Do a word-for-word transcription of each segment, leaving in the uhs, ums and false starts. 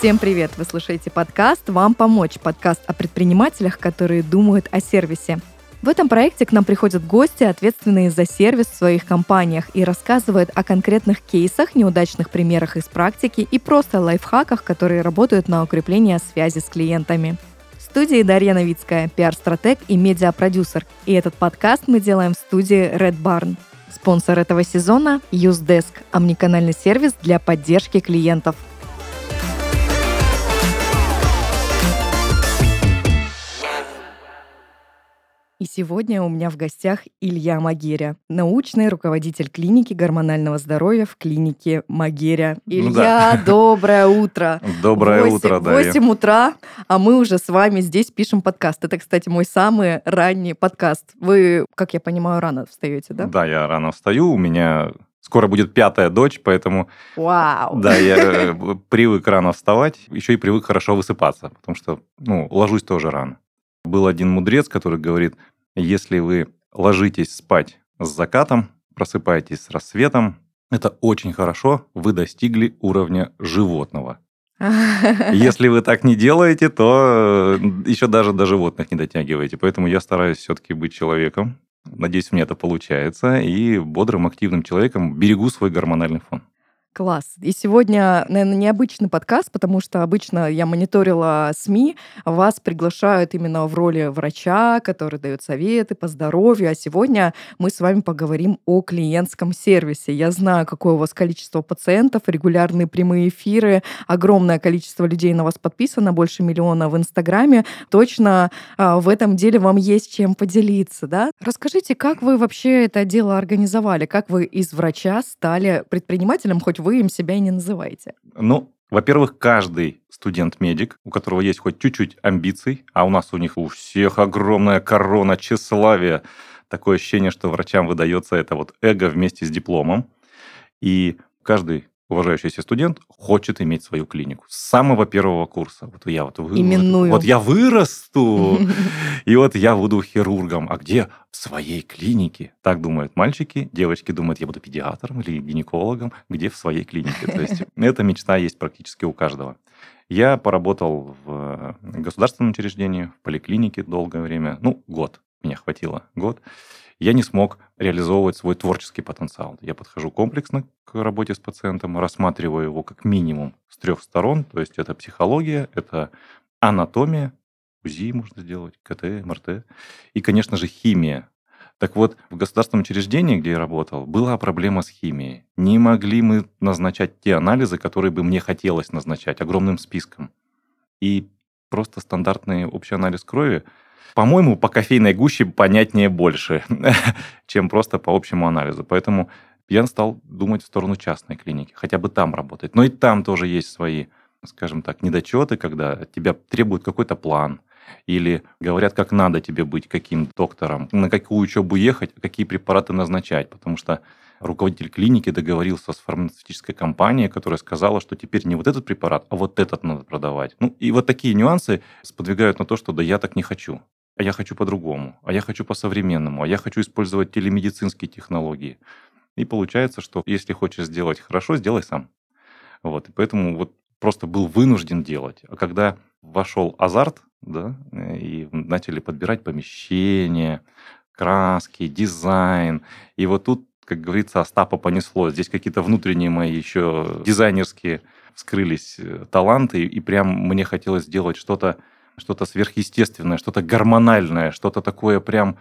Всем привет! Вы слушаете подкаст «Вам помочь», подкаст о предпринимателях, которые думают о сервисе. В этом проекте к нам приходят гости, ответственные за сервис в своих компаниях, и рассказывают о конкретных кейсах, неудачных примерах из практики и просто лайфхаках, которые работают на укрепление связи с клиентами. В студии Дарья Новицкая, пиар-стратег и медиапродюсер. И этот подкаст мы делаем в студии Red Barn. Спонсор этого сезона – Usedesk, омниканальный сервис для поддержки клиентов. И сегодня у меня в гостях Илья Магеря, научный руководитель клиники гормонального здоровья в клинике Магеря. Илья, ну да. Доброе утро. Доброе утро, да. восемь утра, а мы уже с вами здесь пишем подкаст. Это, кстати, мой самый ранний подкаст. Вы, как я понимаю, рано встаете, да? Да, я рано встаю. У меня скоро будет пятая дочь, поэтому... Вау! Да, я привык рано вставать, еще и привык хорошо высыпаться, потому что, ну, ложусь тоже рано. Был один мудрец, который говорит: если вы ложитесь спать с закатом, просыпаетесь с рассветом, это очень хорошо, вы достигли уровня животного. Если вы так не делаете, то еще даже до животных не дотягиваете. Поэтому я стараюсь все-таки быть человеком. Надеюсь, у меня это получается. И бодрым, активным человеком берегу свой гормональный фон. Класс. И сегодня, наверное, необычный подкаст, потому что обычно я мониторила СМИ, вас приглашают именно в роли врача, который дает советы по здоровью, а сегодня мы с вами поговорим о клиентском сервисе. Я знаю, какое у вас количество пациентов, регулярные прямые эфиры, огромное количество людей на вас подписано, больше миллиона в Инстаграме. Точно в этом деле вам есть чем поделиться, да? Расскажите, как вы вообще это дело организовали? Как вы из врача стали предпринимателем, хоть вы им себя и не называете? Ну, во-первых, каждый студент-медик, у которого есть хоть чуть-чуть амбиций, а у нас у них у всех огромная корона тщеславия, такое ощущение, что врачам выдается это вот эго вместе с дипломом, и каждый уважающийся студент хочет иметь свою клинику с самого первого курса. Вот я вот, вы, Именную. Вот, вот я вырасту, и вот я буду хирургом. А где? В своей клинике. Так думают мальчики, девочки думают, я буду педиатром или гинекологом. Где? В своей клинике. То есть эта мечта есть практически у каждого. Я поработал в государственном учреждении, в поликлинике долгое время. Ну, год. Меня хватило. Год. Я не смог реализовывать свой творческий потенциал. Я подхожу комплексно к работе с пациентом, рассматриваю его как минимум с трех сторон. То есть это психология, это анатомия, УЗИ можно сделать, КТ, МРТ и, конечно же, химия. Так вот, в государственном учреждении, где я работал, была проблема с химией. Не могли мы назначать те анализы, которые бы мне хотелось назначать, огромным списком. И просто стандартный общий анализ крови, по-моему, по кофейной гуще понятнее больше, чем просто по общему анализу. Поэтому я стал думать в сторону частной клиники, хотя бы там работать. Но и там тоже есть свои, скажем так, недочеты, когда от тебя требуют какой-то план, или говорят, как надо тебе быть, каким доктором, на какую учебу ехать, какие препараты назначать, потому что руководитель клиники договорился с фармацевтической компанией, которая сказала, что теперь не вот этот препарат, а вот этот надо продавать. Ну, и вот такие нюансы сподвигают на то, что да я так не хочу. А я хочу по-другому, а я хочу по-современному, а я хочу использовать телемедицинские технологии. И получается, что если хочешь сделать хорошо, сделай сам. Вот, и поэтому вот просто был вынужден делать. А когда вошел азарт, да, и начали подбирать помещения, краски, дизайн, и вот тут, как говорится, Остапа понесло. Здесь какие-то внутренние мои еще дизайнерские вскрылись таланты, и прям мне хотелось сделать что-то, что-то сверхъестественное, что-то гормональное, что-то такое прям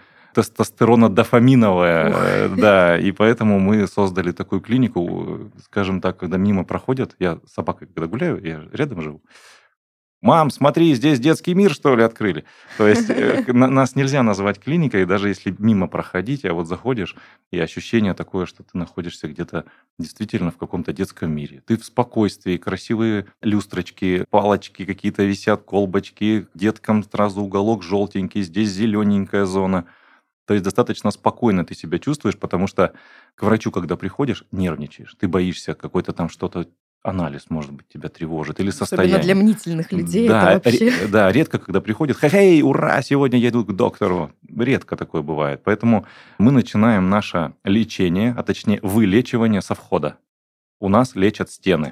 тестостерона-дофаминовое, да, и поэтому мы создали такую клинику, скажем так, когда мимо проходят, я с собакой когда гуляю, я рядом живу, мам, смотри, здесь детский мир, что ли, открыли? То есть нас нельзя называть клиникой, даже если мимо проходить, а вот заходишь, и ощущение такое, что ты находишься где-то действительно в каком-то детском мире. Ты в спокойствии, красивые люстрочки, палочки какие-то висят, колбочки, деткам сразу уголок желтенький, здесь зелененькая зона. То есть достаточно спокойно ты себя чувствуешь, потому что к врачу, когда приходишь, нервничаешь. Ты боишься какой-то там что-то, анализ, может быть, тебя тревожит, или состояние. Особенно для мнительных людей да, это вообще... ре- да, редко, когда приходят, хе-хей, ура, сегодня я иду к доктору. Редко такое бывает. Поэтому мы начинаем наше лечение, а точнее вылечивание со входа. У нас лечат стены.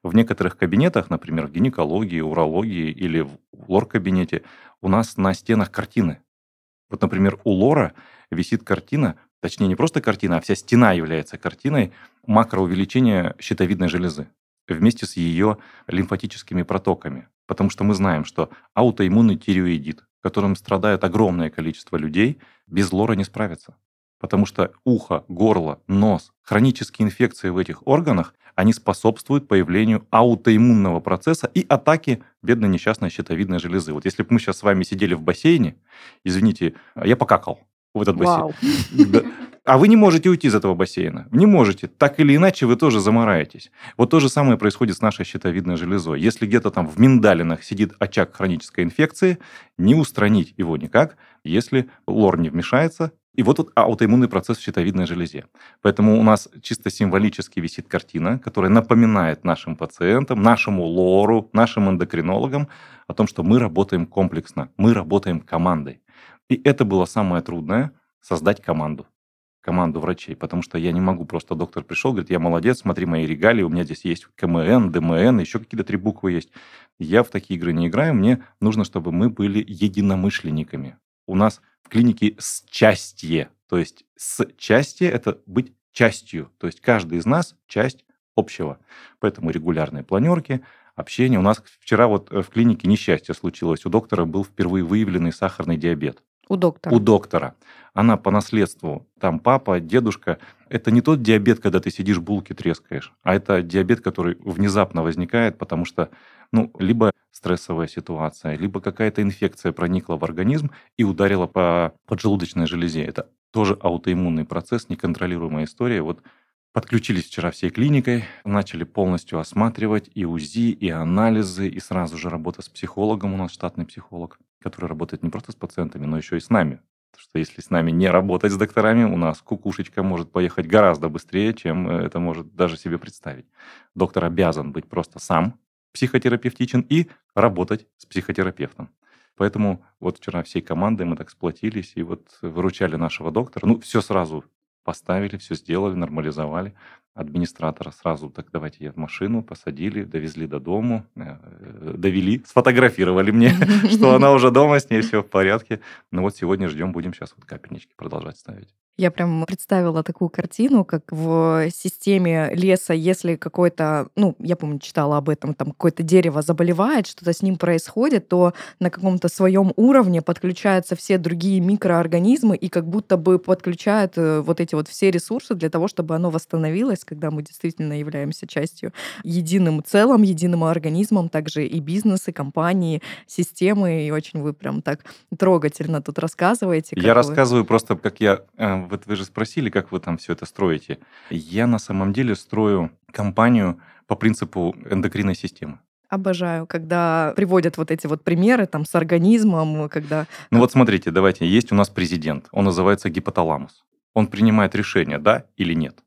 В некоторых кабинетах, например, в гинекологии, урологии или в лор-кабинете, у нас на стенах картины. Вот, например, у лора висит картина, точнее, не просто картина, а вся стена является картиной макроувеличения щитовидной железы вместе с ее лимфатическими протоками. Потому что мы знаем, что аутоиммунный тиреоидит, которым страдает огромное количество людей, без лора не справится. Потому что ухо, горло, нос, хронические инфекции в этих органах, они способствуют появлению аутоиммунного процесса и атаке бедной несчастной щитовидной железы. Вот если бы мы сейчас с вами сидели в бассейне, извините, я покакал в этот бассейн. Вау. Да. А вы не можете уйти из этого бассейна. Не можете. Так или иначе вы тоже замораетесь. Вот то же самое происходит с нашей щитовидной железой. Если где-то там в миндалинах сидит очаг хронической инфекции, не устранить его никак, если лор не вмешается. И вот тут аутоиммунный процесс в щитовидной железе. Поэтому у нас чисто символически висит картина, которая напоминает нашим пациентам, нашему лору, нашим эндокринологам о том, что мы работаем комплексно, мы работаем командой. И это было самое трудное – создать команду. Команду врачей, потому что я не могу просто, доктор пришел, говорит, я молодец, смотри мои регалии, у меня здесь есть КМН, ДМН, еще какие-то три буквы есть. Я в такие игры не играю, мне нужно, чтобы мы были единомышленниками. У нас в клинике счастье, то есть счастье – это быть частью, то есть каждый из нас часть общего. Поэтому регулярные планерки, общение. У нас вчера вот в клинике несчастье случилось, у доктора был впервые выявленный сахарный диабет. У доктора. У доктора. Она по наследству, там папа, дедушка. Это не тот диабет, когда ты сидишь, булки трескаешь, а это диабет, который внезапно возникает, потому что, ну, либо стрессовая ситуация, либо какая-то инфекция проникла в организм и ударила по поджелудочной железе. Это тоже аутоиммунный процесс, неконтролируемая история. Вот подключились вчера всей клиникой, начали полностью осматривать и УЗИ, и анализы, и сразу же работа с психологом, у нас штатный психолог, который работает не просто с пациентами, но еще и с нами. Потому что если с нами не работать с докторами, у нас кукушечка может поехать гораздо быстрее, чем это может даже себе представить. Доктор обязан быть просто сам психотерапевтичен и работать с психотерапевтом. Поэтому вот вчера всей командой мы так сплотились и вот выручали нашего доктора. Ну, все сразу поставили, все сделали, нормализовали. Администратора сразу, так давайте я в машину, посадили, довезли до дому, э, довели, сфотографировали мне, что она уже дома, с ней все в порядке. Ну вот сегодня ждем, будем сейчас вот капельнички продолжать ставить. Я прям представила такую картину, как в системе леса, если какой-то, ну, я помню, читала об этом, там какое-то дерево заболевает, что-то с ним происходит, то на каком-то своем уровне подключаются все другие микроорганизмы и как будто бы подключают э, вот эти вот все ресурсы для того, чтобы оно восстановилось, когда мы действительно являемся частью единым целым, единым организмом, также и бизнесы, компании, системы. И очень вы прям так трогательно тут рассказываете. Я как вы- рассказываю просто, как я... э, Вот вы же спросили, как вы там все это строите. Я на самом деле строю компанию по принципу эндокринной системы. Обожаю, когда приводят вот эти вот примеры там с организмом, когда... Ну вот смотрите, давайте, есть у нас президент, он называется гипоталамус. Он принимает решение, да или нет.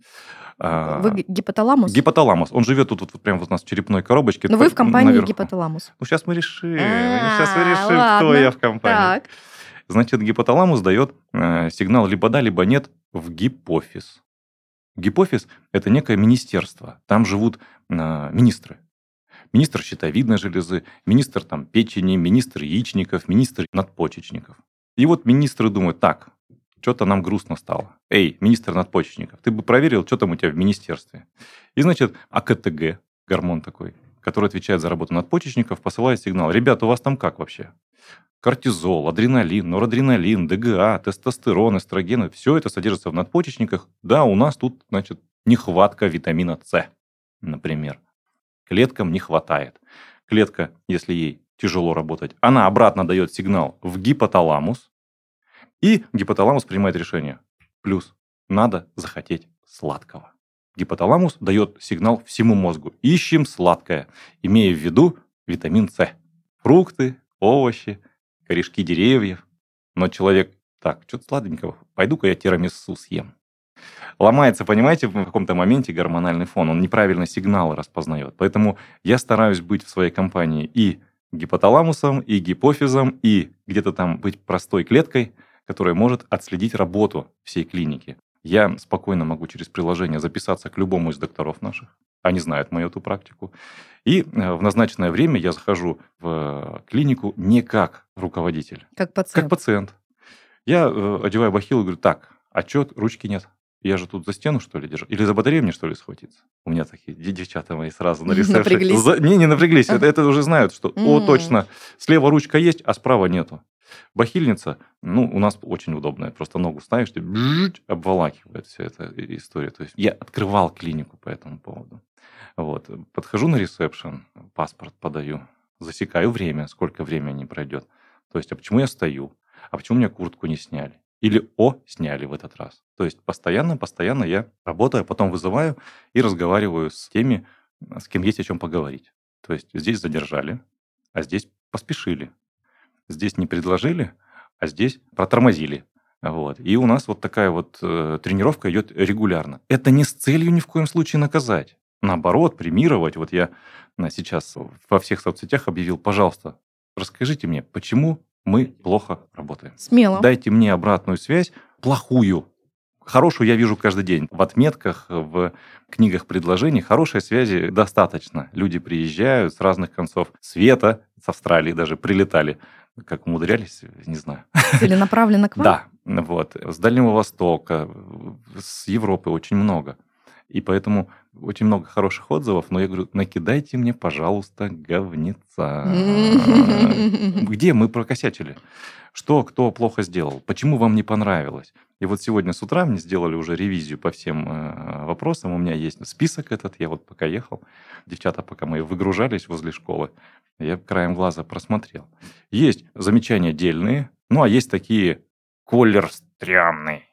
А, Вы г- гипоталамус? Гипоталамус, он живет тут вот прямо вот у нас в черепной коробочке. Но вы в п- компании наверху. гипоталамус. Ну сейчас мы решим, А, сейчас мы решим, кто ладно. я в компании. Так. Значит, гипоталамус дает э, сигнал либо да, либо нет в гипофиз. Гипофиз – это некое министерство. Там живут э, министры. Министр щитовидной железы, министр там, печени, министр яичников, министр надпочечников. И вот министры думают, так, что-то нам грустно стало. Эй, министр надпочечников, ты бы проверил, что там у тебя в министерстве. И, значит, АКТГ, гормон такой, который отвечает за работу надпочечников, посылает сигнал. Ребята, у вас там как вообще? Кортизол, адреналин, норадреналин, ДГА, тестостерон, эстрогены. Все это содержится в надпочечниках. Да, у нас тут, значит, нехватка витамина С, например. Клеткам не хватает. Клетка, если ей тяжело работать, она обратно дает сигнал в гипоталамус, и гипоталамус принимает решение. Плюс надо захотеть сладкого. Гипоталамус дает сигнал всему мозгу. Ищем сладкое, имея в виду витамин С. Фрукты, овощи, корешки деревьев. Но человек, так, что-то сладенького, пойду-ка я тирамису съем. Ломается, понимаете, в каком-то моменте гормональный фон. Он неправильно сигналы распознает. Поэтому я стараюсь быть в своей компании и гипоталамусом, и гипофизом, и где-то там быть простой клеткой, которая может отследить работу всей клиники. Я спокойно могу через приложение записаться к любому из докторов наших. Они знают мою эту практику. И в назначенное время я захожу в клинику не как руководитель, Как как пациент. пациент. Я э, одеваю бахилу и говорю, так, а что ручки нет? Я же тут за стену, что ли, держу? Или за батарею мне, что ли, схватиться? У меня такие де- девчата мои сразу на ресепшене. Напряглись. За- Не, не напряглись. Это, это уже знают, что, о, М. точно, слева ручка есть, а справа нету. Бахильница, ну, у нас очень удобная. Просто ногу ставишь, тебе бжуть, обволакивает вся эта и- история. То есть я открывал клинику по этому поводу. Вот. Подхожу на ресепшн, паспорт подаю, засекаю время, сколько времени пройдет. То есть, а почему я стою? А почему мне куртку не сняли? Или о, сняли в этот раз. То есть постоянно, постоянно я работаю, потом вызываю и разговариваю с теми, с кем есть о чем поговорить. То есть здесь задержали, а здесь поспешили. Здесь не предложили, а здесь протормозили. Вот. И у нас вот такая вот э, тренировка идет регулярно. Это не с целью ни в коем случае наказать. Наоборот, премировать. Вот я э, сейчас во всех соцсетях объявил, пожалуйста, расскажите мне, почему мы плохо работаем. Смело. Дайте мне обратную связь, плохую. Хорошую я вижу каждый день. В отметках, в книгах предложений хорошей связи достаточно. Люди приезжают с разных концов света, с Австралии даже прилетали. Как умудрялись, не знаю. Целенаправленно к вам? Да, вот. С Дальнего Востока, с Европы очень много. И поэтому очень много хороших отзывов, но я говорю, накидайте мне, пожалуйста, говнеца. Где мы прокосячили? Что, кто плохо сделал? Почему вам не понравилось? И вот сегодня с утра мне сделали уже ревизию по всем э, вопросам. У меня есть список этот. Я вот пока ехал, девчата, пока мы выгружались возле школы, я краем глаза просмотрел. Есть замечания дельные, ну а есть такие колер стрёмный.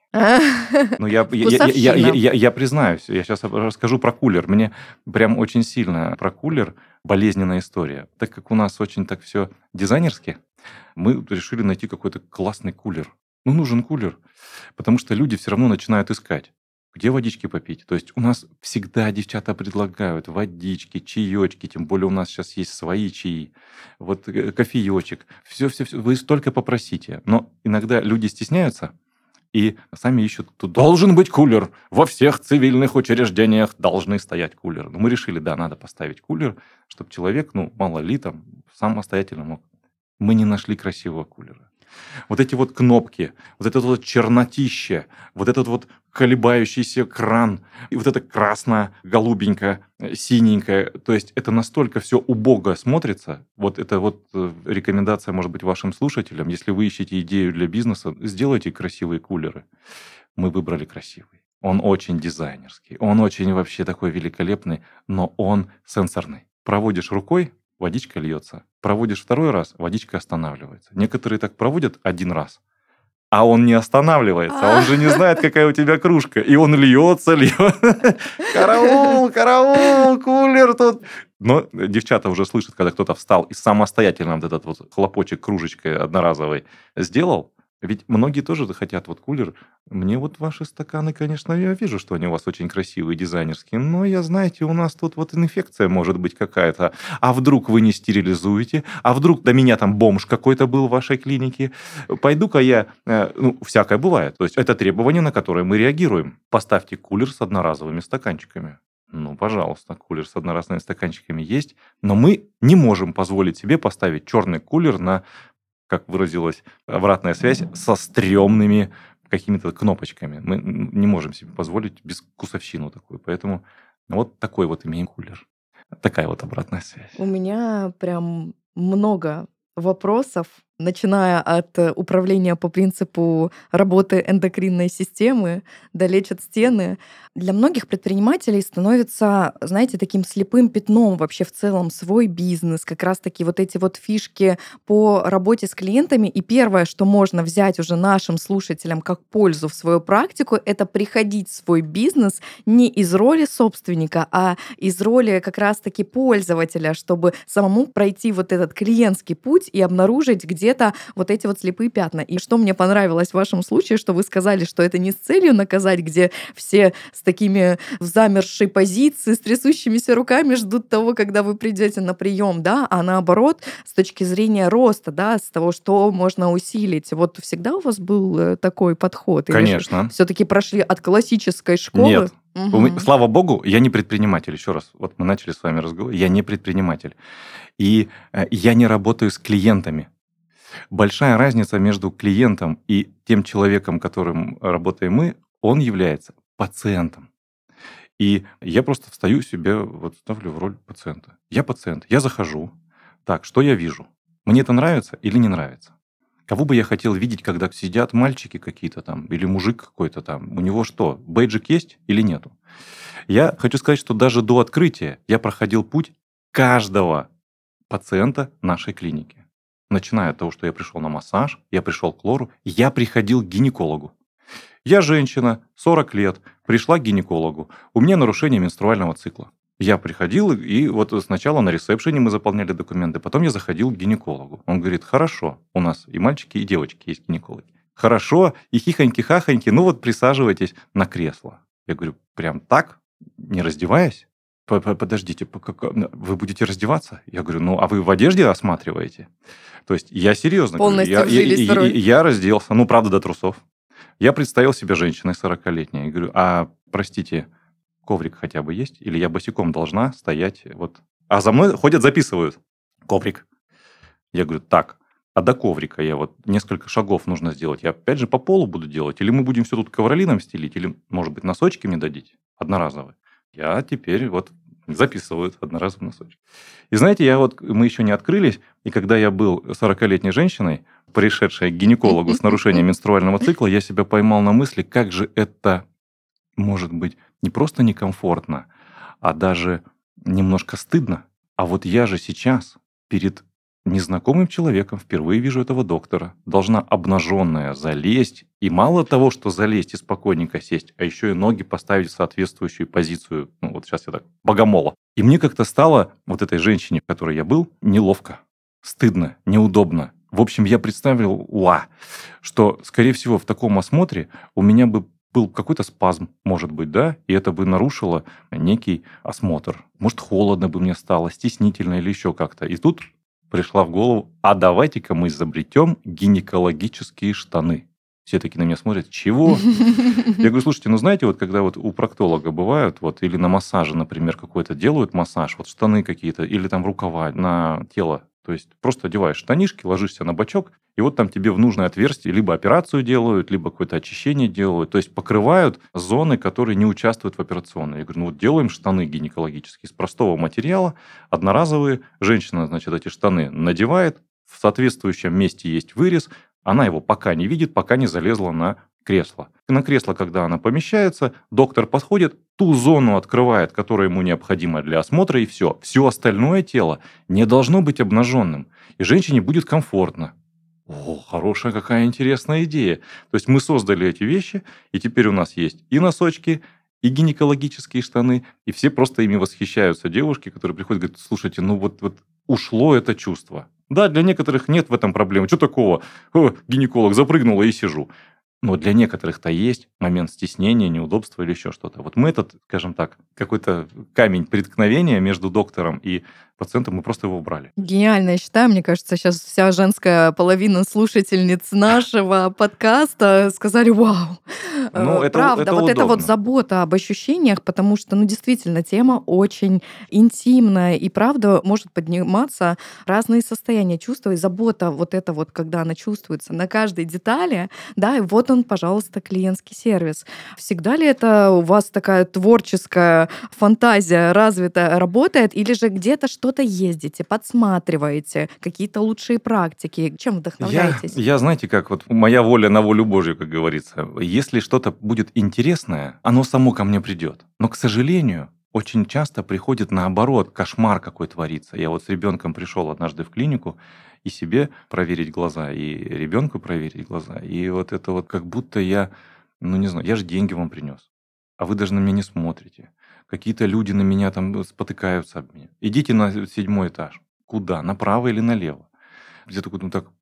Ну, я, я, я, я, я, я, я признаюсь, я сейчас расскажу про кулер. Мне прям очень сильно про кулер болезненная история. Так как у нас очень так все дизайнерски, мы решили найти какой-то классный кулер. Ну, нужен кулер, потому что люди все равно начинают искать, где водички попить. То есть у нас всегда девчата предлагают водички, чаечки, тем более у нас сейчас есть свои чаи, вот э, кофеечек. Все-все-все, вы столько попросите. Но иногда люди стесняются, и сами ищут, тут должен быть кулер. Во всех цивильных учреждениях должны стоять кулеры. Ну, мы решили, да, надо поставить кулер, чтобы человек, ну, мало ли, там, самостоятельно мог. Мы не нашли красивого кулера. Вот эти вот кнопки, вот это вот чернотище, вот этот вот колебающийся кран, и вот это красное, голубенькое, синенькое. То есть это настолько все убого смотрится. Вот это вот э, рекомендация, может быть, вашим слушателям. Если вы ищете идею для бизнеса, сделайте красивые кулеры. Мы выбрали красивый. Он очень дизайнерский, он очень вообще такой великолепный, но он сенсорный. Проводишь рукой, водичка льется. Проводишь второй раз, водичка останавливается. Некоторые так проводят один раз, а он не останавливается. Он же не знает, какая у тебя кружка. И он льется, льется. Караул, караул, кулер тут. Но девчата уже слышат, когда кто-то встал и самостоятельно вот этот вот хлопочек кружечкой одноразовой сделал. Ведь многие тоже хотят вот кулер. Мне вот ваши стаканы, конечно, я вижу, что они у вас очень красивые, дизайнерские, но я, знаете, у нас тут вот инфекция может быть какая-то. А вдруг вы не стерилизуете? А вдруг до меня там бомж какой-то был в вашей клинике? Пойду-ка я... э, Ну, всякое бывает. То есть это требование, на которое мы реагируем. Поставьте кулер с одноразовыми стаканчиками. Ну, пожалуйста, кулер с одноразовыми стаканчиками есть, но мы не можем позволить себе поставить черный кулер на, как выразилась обратная связь, со стрёмными какими-то кнопочками. Мы не можем себе позволить безвкусовщину такую. Поэтому вот такой вот имеем кулер. Такая вот обратная связь. У меня прям много вопросов, начиная от э, управления по принципу работы эндокринной системы, до лечат стены. Для многих предпринимателей становится, знаете, таким слепым пятном вообще в целом свой бизнес, как раз-таки вот эти вот фишки по работе с клиентами. И первое, что можно взять уже нашим слушателям как пользу в свою практику, это приходить в свой бизнес не из роли собственника, а из роли как раз-таки пользователя, чтобы самому пройти вот этот клиентский путь и обнаружить, где где-то вот эти вот слепые пятна. И что мне понравилось в вашем случае, что вы сказали, что это не с целью наказать, где все с такими в замершей позиции, с трясущимися руками ждут того, когда вы придете на прием, да, а наоборот, с точки зрения роста, да, с того, что можно усилить. Вот всегда у вас был э, такой подход? Или же Конечно. все-таки прошли от классической школы? Нет. У ме- Мгм. Слава богу, я не предприниматель. Еще раз, вот мы начали с вами разговор. Я не предприниматель. И э, я не работаю с клиентами. Большая разница между клиентом и тем человеком, которым работаем мы, он является пациентом. И я просто встаю себе, вот ставлю в роль пациента. Я пациент, я захожу. Так, что я вижу? Мне это нравится или не нравится? Кого бы я хотел видеть, когда сидят мальчики какие-то там, или мужик какой-то там? У него что, бейджик есть или нету? Я хочу сказать, что даже до открытия я проходил путь каждого пациента нашей клиники. Начиная от того, что я пришел на массаж, я пришел к лору, я приходил к гинекологу. Я женщина, сорок лет, пришла к гинекологу. У меня нарушение менструального цикла. Я приходил, и вот сначала на ресепшене мы заполняли документы, потом я заходил к гинекологу. Он говорит, хорошо, у нас и мальчики, и девочки есть гинекологи. Хорошо, и хихоньки-хахоньки, ну вот присаживайтесь на кресло. Я говорю, прям так, не раздеваясь? П- п- Подождите, по- как- вы будете раздеваться? Я говорю, ну а вы в одежде осматриваете? То есть я серьезно говорю, Полностью я, я, вжились в я- роль. я разделся, ну правда до трусов. Я представил себя женщиной сорокалетней. Я говорю, а, простите, коврик хотя бы есть? Или я босиком должна стоять? Вот. А за мной ходят, записывают. Коврик. Я говорю, так, а до коврика я вот несколько шагов нужно сделать. Я опять же по полу буду делать? Или мы будем все тут ковролином стелить? Или, может быть, носочки мне дадите? Одноразовые. Я теперь вот записывают одноразовые носочки. И знаете, я вот, мы еще не открылись, и когда я был сорокалетней женщиной, пришедшей к гинекологу с нарушением менструального цикла, я себя поймал на мысли, как же это может быть не просто некомфортно, а даже немножко стыдно. А вот я же сейчас перед незнакомым человеком впервые вижу этого доктора, должна обнаженная залезть, и мало того, что залезть и спокойненько сесть, а еще и ноги поставить в соответствующую позицию, ну вот сейчас я так, богомола. И мне как-то стало вот этой женщине, в которой я был, неловко, стыдно, неудобно. В общем, я представил, уа, что, скорее всего, в таком осмотре у меня бы был какой-то спазм, может быть, да, и это бы нарушило некий осмотр. Может, холодно бы мне стало, стеснительно или еще как-то. И тут пришла в голову, а давайте-ка мы изобретем гинекологические штаны. Все такие на меня смотрят, чего? Я говорю, слушайте, ну знаете, вот когда вот у проктолога бывают, вот или на массаже, например, какой-то делают массаж, вот штаны какие-то, или там рукава на тело, то есть просто одеваешь штанишки, ложишься на бочок, и вот там тебе в нужное отверстие либо операцию делают, либо какое-то очищение делают, то есть покрывают зоны, которые не участвуют в операционной. Я говорю, ну вот делаем штаны гинекологические из простого материала, одноразовые, женщина, значит, эти штаны надевает, в соответствующем месте есть вырез, она его пока не видит, пока не залезла на кресло. И на кресло, когда она помещается, доктор подходит, ту зону открывает, которая ему необходима для осмотра, и все. Все остальное тело не должно быть обнаженным. И женщине будет комфортно. О, хорошая какая интересная идея. То есть мы создали эти вещи, и теперь у нас есть и носочки, и гинекологические штаны, и все просто ими восхищаются девушки, которые приходят и говорят, слушайте, ну вот, вот ушло это чувство. Да, для некоторых нет в этом проблемы. Что такого? О, гинеколог, запрыгнула и сижу. Но для некоторых-то есть момент стеснения, неудобства или еще что-то. Вот мы этот, скажем так, какой-то камень преткновения между доктором и пациентом, мы просто его убрали. Гениально, я считаю. Мне кажется, сейчас вся женская половина слушательниц нашего подкаста сказали «Вау!». Ну, Э, это, Правда, это вот эта вот удобно. забота об ощущениях, потому что, ну, действительно, тема очень интимная, и правда может подниматься разные состояния чувства, и забота вот это вот, когда она чувствуется на каждой детали, да, и вот он, пожалуйста, клиентский сервис. Всегда ли это у вас такая творческая фантазия развитая работает, или же где-то что-то ездите, подсматриваете, какие-то лучшие практики? Чем Я, вдохновляетесь? я, знаете, как вот моя воля на волю Божью, как говорится. Если что-то будет интересное, оно само ко мне придет. Но, к сожалению, очень часто приходит наоборот, кошмар какой творится. Я вот с ребенком пришел однажды в клинику и себе проверить глаза, и ребенку проверить глаза. И вот это вот как будто я, ну не знаю, я же деньги вам принес, а вы даже на меня не смотрите. Какие-то люди на меня там спотыкаются об меня. Идите на седьмой этаж. Куда? Направо или налево? Я такой, ну так,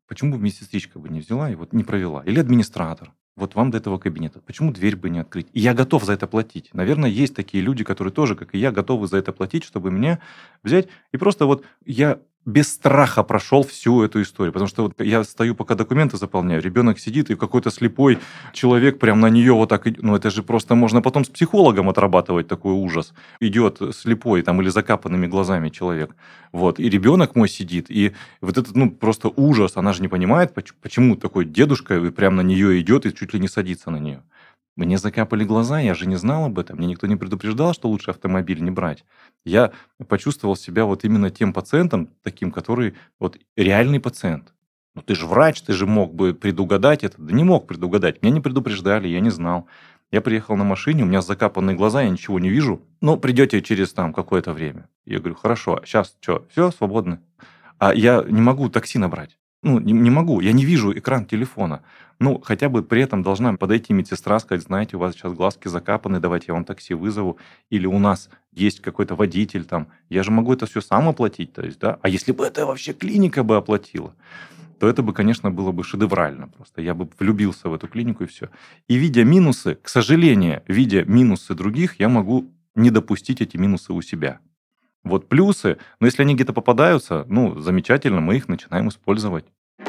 Почему бы медсестричка бы не взяла и вот не провела? Или администратор? Вот вам до этого кабинета. Почему дверь бы не открыть? И я готов за это платить. Наверное, есть такие люди, которые тоже, как и я, готовы за это платить, чтобы меня взять. И просто вот я без страха прошел всю эту историю. Потому что вот я стою, пока документы заполняю, ребенок сидит, и какой-то слепой человек прям на нее вот так... ид- Ну, это же просто можно потом с психологом отрабатывать такой ужас. Идет слепой там или закапанными глазами человек. Вот. И ребенок мой сидит, и вот это, ну, просто ужас. Она же не понимает, поч- почему такой дедушка и прям на нее идет и чуть ли не садится на нее. Мне закапали глаза, я же не знал об этом. Мне никто не предупреждал, что лучше автомобиль не брать. Я почувствовал себя вот именно тем пациентом, таким, который вот реальный пациент. Ну, ты же врач, ты же мог бы предугадать это. Да не мог предугадать. Меня не предупреждали, я не знал. Я приехал на машине, у меня закапанные глаза, я ничего не вижу. Ну, придете через там какое-то время. Я говорю, хорошо, сейчас что, все, свободны? А я не могу такси набрать. Ну, не, не могу, я не вижу экран телефона. Ну, хотя бы при этом должна подойти медсестра, сказать, знаете, у вас сейчас глазки закапаны, давайте я вам такси вызову. Или у нас есть какой-то водитель там. Я же могу это все сам оплатить, то есть, да? А если бы это вообще клиника бы оплатила, то это бы, конечно, было бы шедеврально просто. Я бы влюбился в эту клинику и все. И видя минусы, к сожалению, видя минусы других, я могу не допустить эти минусы у себя. Вот плюсы, но если они где-то попадаются, ну, замечательно, мы их начинаем использовать.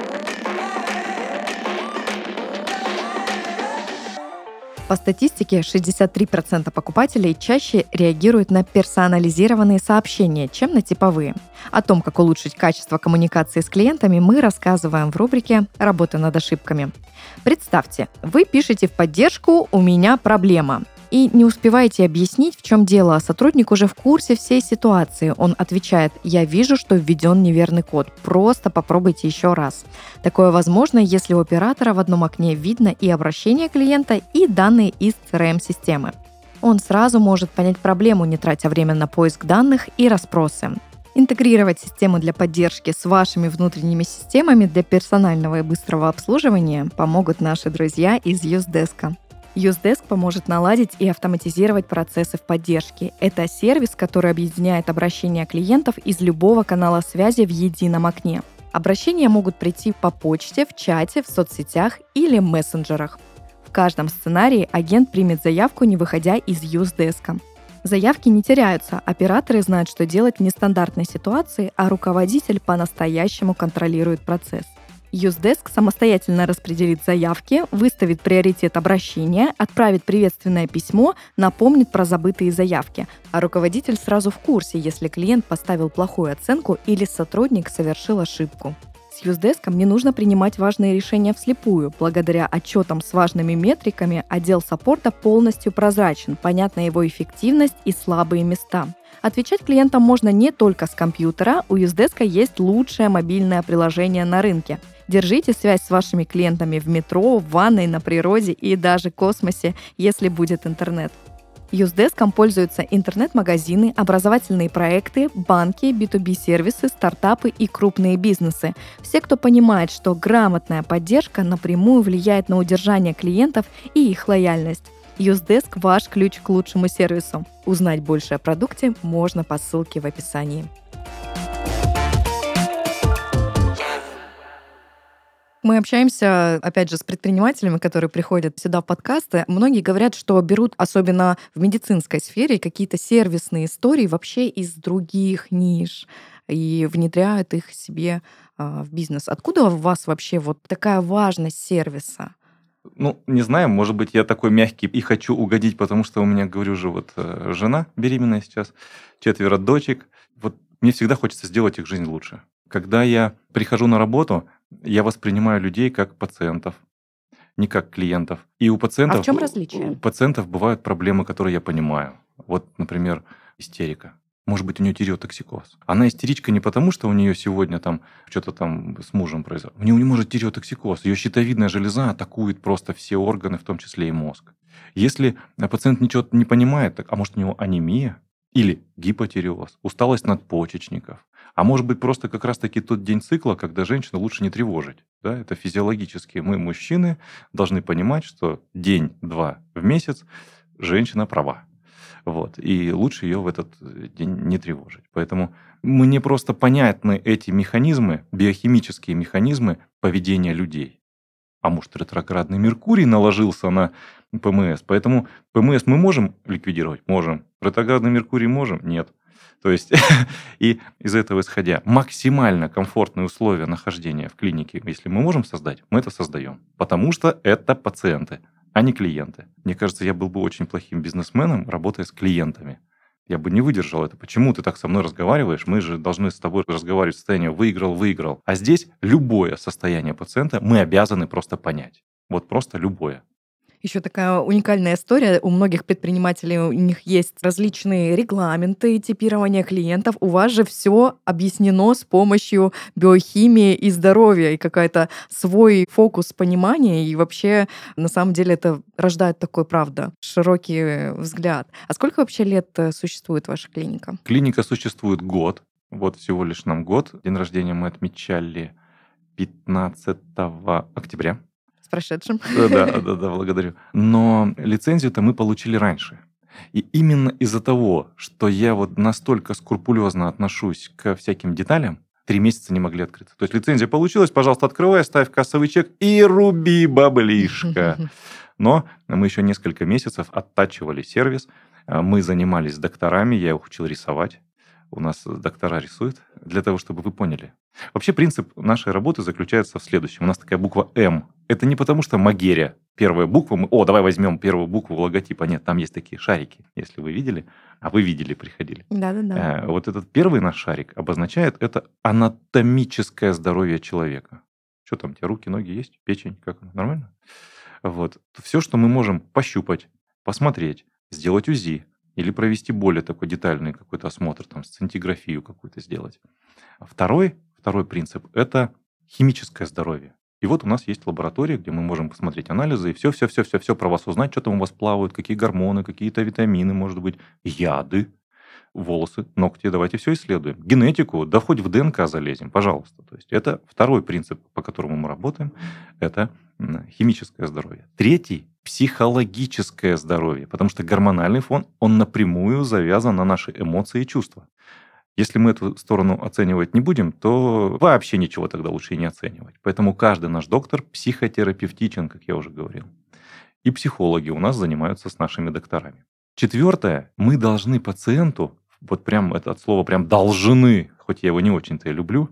По статистике, шестьдесят три процента покупателей чаще реагируют на персонализированные сообщения, чем на типовые. О том, как улучшить качество коммуникации с клиентами, мы рассказываем в рубрике «Работа над ошибками». Представьте, вы пишете в поддержку «У меня проблема». И не успеваете объяснить, в чем дело, а сотрудник уже в курсе всей ситуации. Он отвечает: «Я вижу, что введен неверный код. Просто попробуйте еще раз». Такое возможно, если у оператора в одном окне видно и обращение клиента, и данные из си ар эм-системы. Он сразу может понять проблему, не тратя время на поиск данных и расспросы. Интегрировать систему для поддержки с вашими внутренними системами для персонального и быстрого обслуживания помогут наши друзья из Юздеска. Юздеск поможет наладить и автоматизировать процессы в поддержке. Это сервис, который объединяет обращения клиентов из любого канала связи в едином окне. Обращения могут прийти по почте, в чате, в соцсетях или мессенджерах. В каждом сценарии агент примет заявку, не выходя из Юздеска. Заявки не теряются, операторы знают, что делать в нестандартной ситуации, а руководитель по-настоящему контролирует процесс. Юздеск самостоятельно распределит заявки, выставит приоритет обращения, отправит приветственное письмо, напомнит про забытые заявки, а руководитель сразу в курсе, если клиент поставил плохую оценку или сотрудник совершил ошибку. С Юздеском не нужно принимать важные решения вслепую. Благодаря отчетам с важными метриками отдел саппорта полностью прозрачен, понятна его эффективность и слабые места. Отвечать клиентам можно не только с компьютера, у Юздеска есть лучшее мобильное приложение на рынке. Держите связь с вашими клиентами в метро, в ванной, на природе и даже в космосе, если будет интернет. Юздеском пользуются интернет-магазины, образовательные проекты, банки, би ту би-сервисы, стартапы и крупные бизнесы. Все, кто понимает, что грамотная поддержка напрямую влияет на удержание клиентов и их лояльность. Юздеск – ваш ключ к лучшему сервису. Узнать больше о продукте можно по ссылке в описании. Мы общаемся, опять же, с предпринимателями, которые приходят сюда в подкасты. Многие говорят, что берут, особенно в медицинской сфере, какие-то сервисные истории вообще из других ниш и внедряют их себе а, в бизнес. Откуда у вас вообще вот такая важность сервиса? Ну, не знаю, может быть, я такой мягкий и хочу угодить, потому что у меня, говорю же, вот э, жена беременная сейчас, четверо дочек. Вот мне всегда хочется сделать их жизнь лучше. Когда я прихожу на работу, я воспринимаю людей как пациентов, не как клиентов. И у А в пациентов, чем у различие? пациентов бывают проблемы, которые я понимаю. Вот, например, истерика. Может быть, у нее тиреотоксикоз. Она истеричка не потому, что у нее сегодня там что-то там с мужем произошло. У нее не может тиреотоксикоз. Ее щитовидная железа атакует просто все органы, в том числе и мозг. Если пациент ничего не понимает, так, а может, у него анемия или гипотиреоз, усталость надпочечников. А может быть, просто как раз-таки тот день цикла, когда женщину лучше не тревожить. Да? Это физиологически. Мы, мужчины, должны понимать, что день-два в месяц женщина права. Вот. И лучше ее в этот день не тревожить. Поэтому мне просто понятны эти механизмы, биохимические механизмы поведения людей. А может, ретроградный Меркурий наложился на ПМС. Поэтому ПМС мы можем ликвидировать? Можем. Ретроградный Меркурий можем? Нет. То есть, и из этого исходя, максимально комфортные условия нахождения в клинике, если мы можем создать, мы это создаем. Потому что это пациенты, а не клиенты. Мне кажется, я был бы очень плохим бизнесменом, работая с клиентами. Я бы не выдержал это. Почему ты так со мной разговариваешь? Мы же должны с тобой разговаривать в состоянии выиграл, выиграл. А здесь любое состояние пациента мы обязаны просто понять. Вот просто любое. Еще такая уникальная история. У многих предпринимателей у них есть различные регламенты типирования клиентов. У вас же все объяснено с помощью биохимии и здоровья, и какой-то свой фокус понимания. И вообще, на самом деле, это рождает такой, правда, широкий взгляд. А сколько вообще лет э, существует ваша клиника? Клиника существует год. Вот всего лишь нам год. День рождения мы отмечали пятнадцатого октября. С прошедшим. Да, да, да, да, благодарю. Но лицензию-то мы получили раньше. И именно из-за того, что я вот настолько скрупулезно отношусь ко всяким деталям, три месяца не могли открыться. То есть лицензия получилась, пожалуйста, открывай, ставь кассовый чек и руби баблишко. Но мы еще несколько месяцев оттачивали сервис. Мы занимались с докторами, я их учил рисовать. У нас доктора рисуют, для того, чтобы вы поняли. Вообще принцип нашей работы заключается в следующем. У нас такая буква «М». Это не потому, что Магерия. Первая буква. Мы, о, давай возьмем первую букву логотипа. Нет, там есть такие шарики, если вы видели. А вы видели, приходили. Да-да-да. Э, вот этот первый наш шарик обозначает это анатомическое здоровье человека. Что там, у тебя руки, ноги есть? Печень? Как оно? Нормально? Вот. Все, что мы можем пощупать, посмотреть, сделать УЗИ, или провести более такой детальный какой-то осмотр, там, сцинтиграфию какую-то сделать. А Второй, второй принцип– это химическое здоровье. И вот у нас есть лаборатория, где мы можем посмотреть анализы и все-все-все-все про вас узнать, что там у вас плавают, какие гормоны, какие-то витамины, может быть, яды, волосы, ногти. Давайте все исследуем. Генетику, да хоть в ДНК залезем, пожалуйста. То есть это второй принцип, по которому мы работаем, это химическое здоровье. Третий – психологическое здоровье, потому что гормональный фон, он напрямую завязан на наши эмоции и чувства. Если мы эту сторону оценивать не будем, то вообще ничего тогда лучше и не оценивать. Поэтому каждый наш доктор психотерапевтичен, как я уже говорил. И психологи у нас занимаются с нашими докторами. Четвертое, мы должны пациенту, вот прям это от слова прям должны, хоть я его не очень-то и люблю,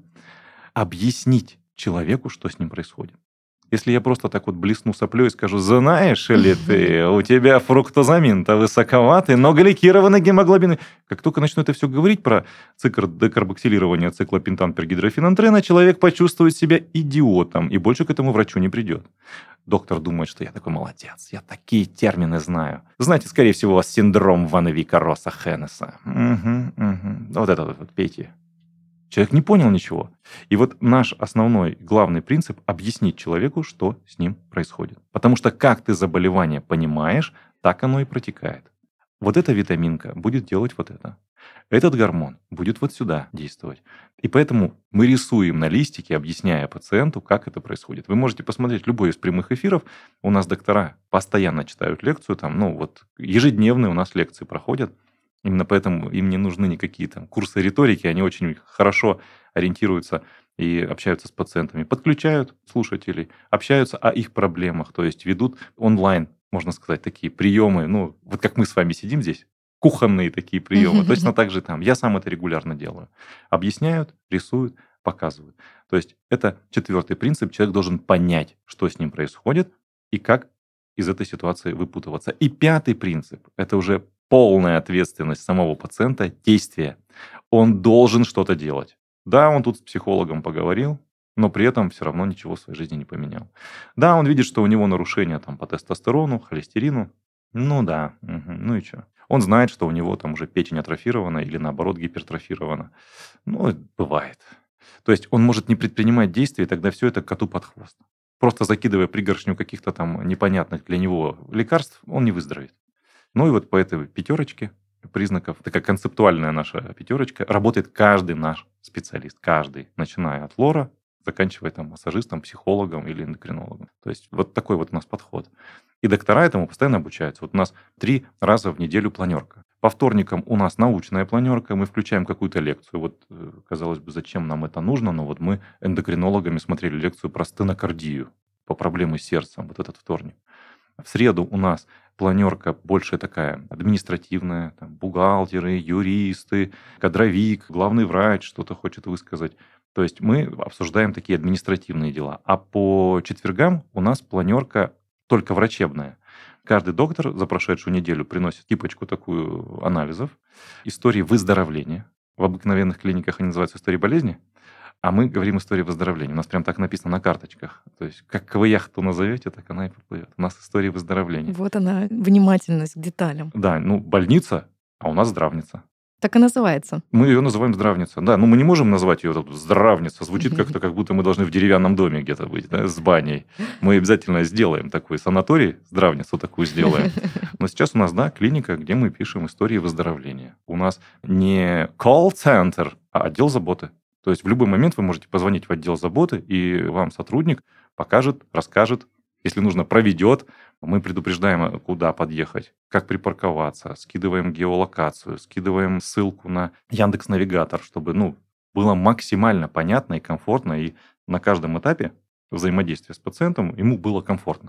объяснить человеку, что с ним происходит. Если я просто так вот блесну соплей и скажу, знаешь ли ты, у тебя фруктозамин-то высоковатый, но гликированный гемоглобин. Как только начну это все говорить про цикл декарбоксилирования циклопентан-пергидрофенантрена, человек почувствует себя идиотом и больше к этому врачу не придет. Доктор думает, что я такой молодец, я такие термины знаю. Знаете, скорее всего, у вас синдром Ван Вика Росса Хеннеса. Угу, угу. Вот это вот, вот пейте. Человек не понял ничего. И вот наш основной, главный принцип– объяснить человеку, что с ним происходит. Потому что как ты заболевание понимаешь, так оно и протекает. Вот эта витаминка будет делать вот это. Этот гормон будет вот сюда действовать. И поэтому мы рисуем на листике, объясняя пациенту, как это происходит. Вы можете посмотреть любой из прямых эфиров. У нас доктора постоянно читают лекцию. Там, ну, вот, ежедневные у нас лекции проходят. Именно поэтому им не нужны никакие там курсы риторики, они очень хорошо ориентируются и общаются с пациентами, подключают слушателей, общаются о их проблемах, то есть ведут онлайн, можно сказать, такие приемы, ну, вот как мы с вами сидим здесь, кухонные такие приемы, точно так же там. Я сам это регулярно делаю. Объясняют, рисуют, показывают. То есть это четвертый принцип, человек должен понять, что с ним происходит и как из этой ситуации выпутываться. И пятый принцип, это уже полная ответственность самого пациента, действия. Он должен что-то делать. Да, он тут с психологом поговорил, но при этом все равно ничего в своей жизни не поменял. Да, он видит, что у него нарушения там, по тестостерону, холестерину. Ну да, угу, ну и что? Он знает, что у него там уже печень атрофирована или наоборот гипертрофирована. Ну, бывает. То есть он может не предпринимать действий, и тогда все это коту под хвост. Просто закидывая пригоршню каких-то там непонятных для него лекарств, он не выздоровеет. Ну и вот по этой пятерочке признаков, такая концептуальная наша пятерочка, работает каждый наш специалист. Каждый, начиная от лора, заканчивая там массажистом, психологом или эндокринологом. То есть вот такой вот у нас подход. И доктора этому постоянно обучаются. Вот у нас три раза в неделю планерка. По вторникам у нас научная планерка, мы включаем какую-то лекцию. Вот, э, казалось бы, зачем нам это нужно, но вот мы эндокринологами смотрели лекцию про стенокардию, по проблеме с сердцем, вот этот вторник. В среду у нас планерка больше такая административная, там, бухгалтеры, юристы, кадровик, главный врач что-то хочет высказать. То есть мы обсуждаем такие административные дела. А по четвергам у нас планерка только врачебная. Каждый доктор за прошедшую неделю приносит кипочку такую анализов, истории выздоровления. В обыкновенных клиниках они называются истории болезни, а мы говорим истории выздоровления. У нас прям так написано на карточках. То есть как вы яхту назовете, так она и поплывет. У нас истории выздоровления. Вот она, внимательность к деталям. Да, ну больница, а у нас здравница. Так и называется. Мы ее называем здравница. Да, ну мы не можем назвать ее тут здравница. Звучит как-то, как будто мы должны в деревянном доме где-то быть, да, с баней. Мы обязательно сделаем такой санаторий, здравницу такую сделаем. Но сейчас у нас, да, клиника, где мы пишем истории выздоровления. У нас не колл-центр, а отдел заботы. То есть в любой момент вы можете позвонить в отдел заботы, и вам сотрудник покажет, расскажет, если нужно, проведет. Мы предупреждаем, куда подъехать, как припарковаться, скидываем геолокацию, скидываем ссылку на Яндекс.Навигатор, чтобы, ну, было максимально понятно и комфортно, и на каждом этапе взаимодействия с пациентом ему было комфортно.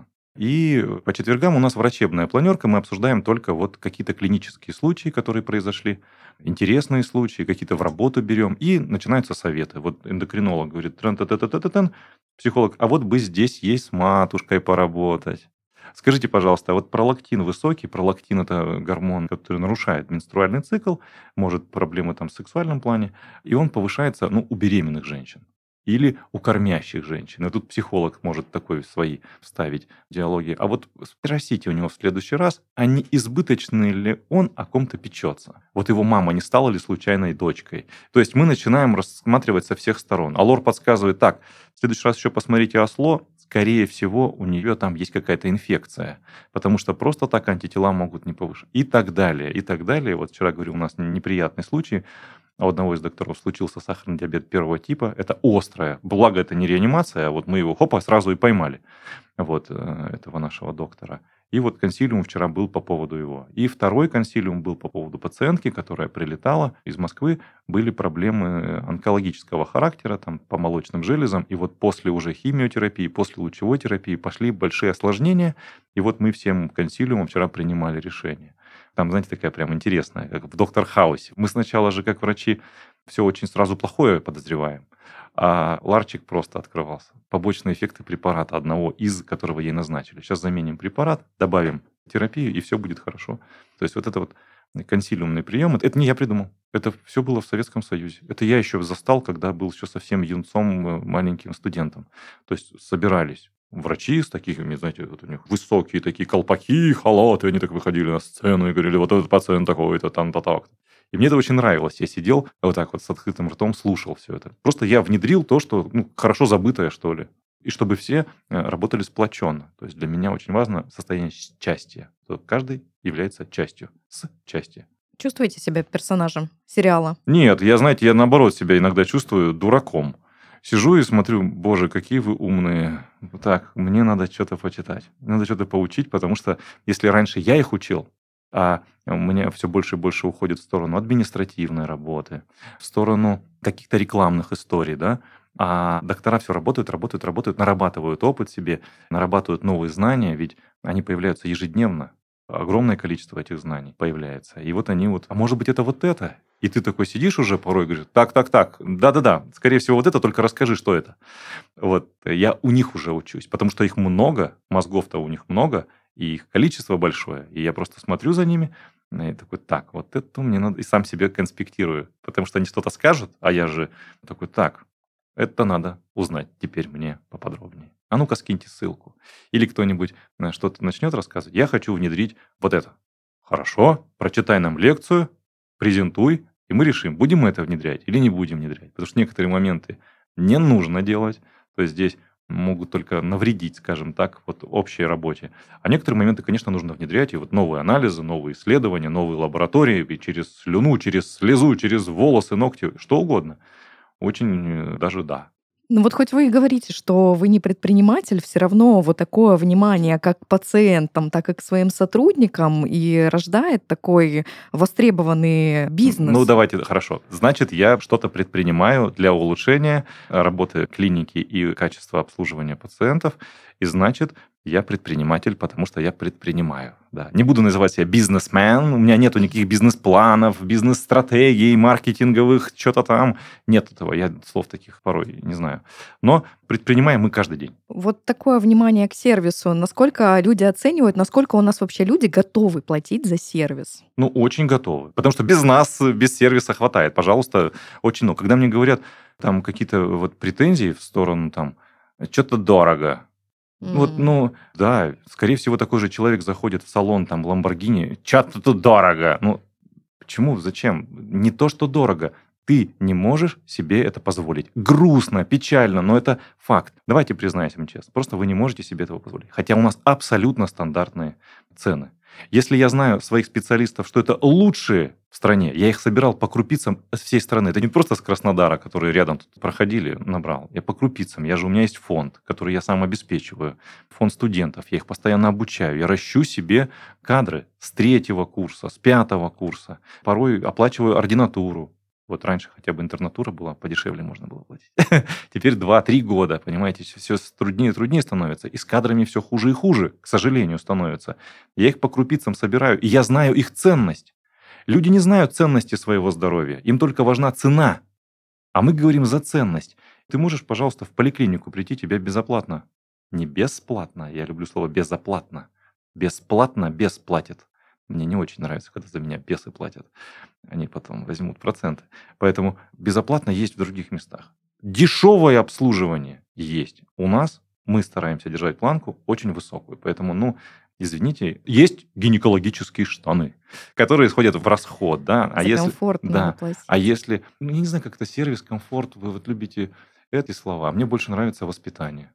И по четвергам у нас врачебная планерка, мы обсуждаем только вот какие-то клинические случаи, которые произошли, интересные случаи, какие-то в работу берем, и начинаются советы. Вот эндокринолог говорит, тран-та-та-та-та-та-тан, психолог, а вот бы здесь есть с матушкой поработать. Скажите, пожалуйста, а вот пролактин высокий, пролактин – это гормон, который нарушает менструальный цикл, может проблемы там в сексуальном плане, и он повышается, ну, у беременных женщин или у кормящих женщин. И тут психолог может такой свои вставить диалоги. А вот спросите у него в следующий раз, а не избыточный ли он о ком-то печется? Вот его мама не стала ли случайной дочкой? То есть мы начинаем рассматривать со всех сторон. А лор подсказывает, так, в следующий раз еще посмотрите осло, скорее всего, у нее там есть какая-то инфекция, потому что просто так антитела могут не повышать. И так далее, и так далее. Вот вчера, говорю, у нас неприятный случай. У одного из докторов случился сахарный диабет первого типа. Это острое. Благо, это не реанимация, а вот мы его, хопа, сразу и поймали. Вот этого нашего доктора. И вот консилиум вчера был по поводу его. И второй консилиум был по поводу пациентки, которая прилетала из Москвы. Были проблемы онкологического характера, там, по молочным железам. И вот после уже химиотерапии, после лучевой терапии пошли большие осложнения. И вот мы всем консилиумом вчера принимали решение. Там, знаете, такая прям интересная, как в «Доктор Хаусе». Мы сначала же, как врачи, все очень сразу плохое подозреваем, а ларчик просто открывался. Побочные эффекты препарата одного из, которого ей назначили. Сейчас заменим препарат, добавим терапию, и все будет хорошо. То есть вот это вот консилиумный прием, это не я придумал. Это все было в Советском Союзе. Это я еще застал, когда был еще совсем юнцом, маленьким студентом. То есть собирались врачи с такими, знаете, вот у них высокие такие колпаки, халаты, они так выходили на сцену и говорили, вот этот пациент такой-то, там-то так. И мне это очень нравилось. Я сидел вот так вот с открытым ртом, слушал все это. Просто я внедрил то, что, ну, хорошо забытое, что ли. И чтобы все работали сплоченно. То есть для меня очень важно состояние счастья. Что каждый является частью. С счастья. Чувствуете себя персонажем сериала? Нет, я, знаете, я наоборот себя иногда чувствую дураком. Сижу и смотрю, боже, какие вы умные. Так, мне надо что-то почитать. Надо что-то поучить, потому что если раньше я их учил, а у меня все больше и больше уходит в сторону административной работы, в сторону каких-то рекламных историй, да, а доктора все работают, работают, работают, нарабатывают опыт себе, нарабатывают новые знания, ведь они появляются ежедневно. Огромное количество этих знаний появляется. И вот они вот, а может быть, это вот это? И ты такой сидишь уже порой и говоришь, так, так, так, да-да-да, скорее всего, вот это, только расскажи, что это. Вот я у них уже учусь, потому что их много, мозгов-то у них много, и их количество большое. И я просто смотрю за ними, и такой, так, вот это мне надо, и сам себе конспектирую, потому что они что-то скажут, а я же такой, так, это надо узнать теперь мне поподробнее. А ну-ка, скиньте ссылку. Или кто-нибудь что-то начнет рассказывать. Я хочу внедрить вот это. Хорошо, прочитай нам лекцию, презентуй, и мы решим, будем мы это внедрять или не будем внедрять. Потому что некоторые моменты не нужно делать. То есть здесь могут только навредить, скажем так, вот общей работе. А некоторые моменты, конечно, нужно внедрять. И вот новые анализы, новые исследования, новые лаборатории, и через слюну, через слезу, через волосы, ногти, что угодно. Очень даже да. Ну вот хоть вы и говорите, что вы не предприниматель, все равно вот такое внимание как к пациентам, так и к своим сотрудникам и рождает такой востребованный Ну, бизнес. давайте, хорошо. Значит, я что-то предпринимаю для улучшения э, работы клиники и качества обслуживания пациентов. И значит, я предприниматель, потому что я предпринимаю. Да. Не буду называть себя бизнесмен, у меня нету никаких бизнес-планов, бизнес-стратегий, маркетинговых, что-то там. Нет этого, я слов таких порой не знаю. Но предпринимаем мы каждый день. Вот такое внимание к сервису. Насколько люди оценивают, насколько у нас вообще люди готовы платить за сервис? Ну, очень готовы. Потому что без нас, без сервиса хватает. Пожалуйста, очень много. Когда мне говорят там какие-то вот претензии в сторону там, что-то дорого. Вот, М. ну, да, скорее всего, такой же человек заходит в салон там Lamborghini, что-то тут дорого. Ну, почему, зачем? Не то, что дорого. Ты не можешь себе это позволить. Грустно, печально, но это факт. Давайте признаемся честно. Просто вы не можете себе этого позволить. Хотя у нас абсолютно стандартные цены. Если я знаю своих специалистов, что это лучшие в стране, я их собирал по крупицам с всей страны. Это не просто с Краснодара, которые рядом тут проходили, набрал. Я по крупицам. Я же, у меня есть фонд, который я сам обеспечиваю. Фонд студентов. Я их постоянно обучаю. Я ращу себе кадры с третьего курса, с пятого курса. Порой оплачиваю ординатуру. Вот раньше хотя бы интернатура была, подешевле можно было платить. Теперь два-три года, понимаете, все труднее и труднее становится. И с кадрами все хуже и хуже, к сожалению, становится. Я их по крупицам собираю, и я знаю их ценность. Люди не знают ценности своего здоровья, им только важна цена. А мы говорим за ценность. Ты можешь, пожалуйста, в поликлинику прийти, тебе безоплатно. Не бесплатно, я люблю слово безоплатно. Бесплатно бес платит. Мне не очень нравится, когда за меня бесы платят. Они потом возьмут проценты. Поэтому безоплатно есть в других местах. Дешевое обслуживание есть. У нас мы стараемся держать планку очень высокую. Поэтому, ну, извините, есть гинекологические штаны, которые сходят в расход, да. А За если, комфорт надо да, платить. а если, ну, я не знаю, как это сервис, комфорт, вы вот любите эти слова. Мне больше нравится воспитание.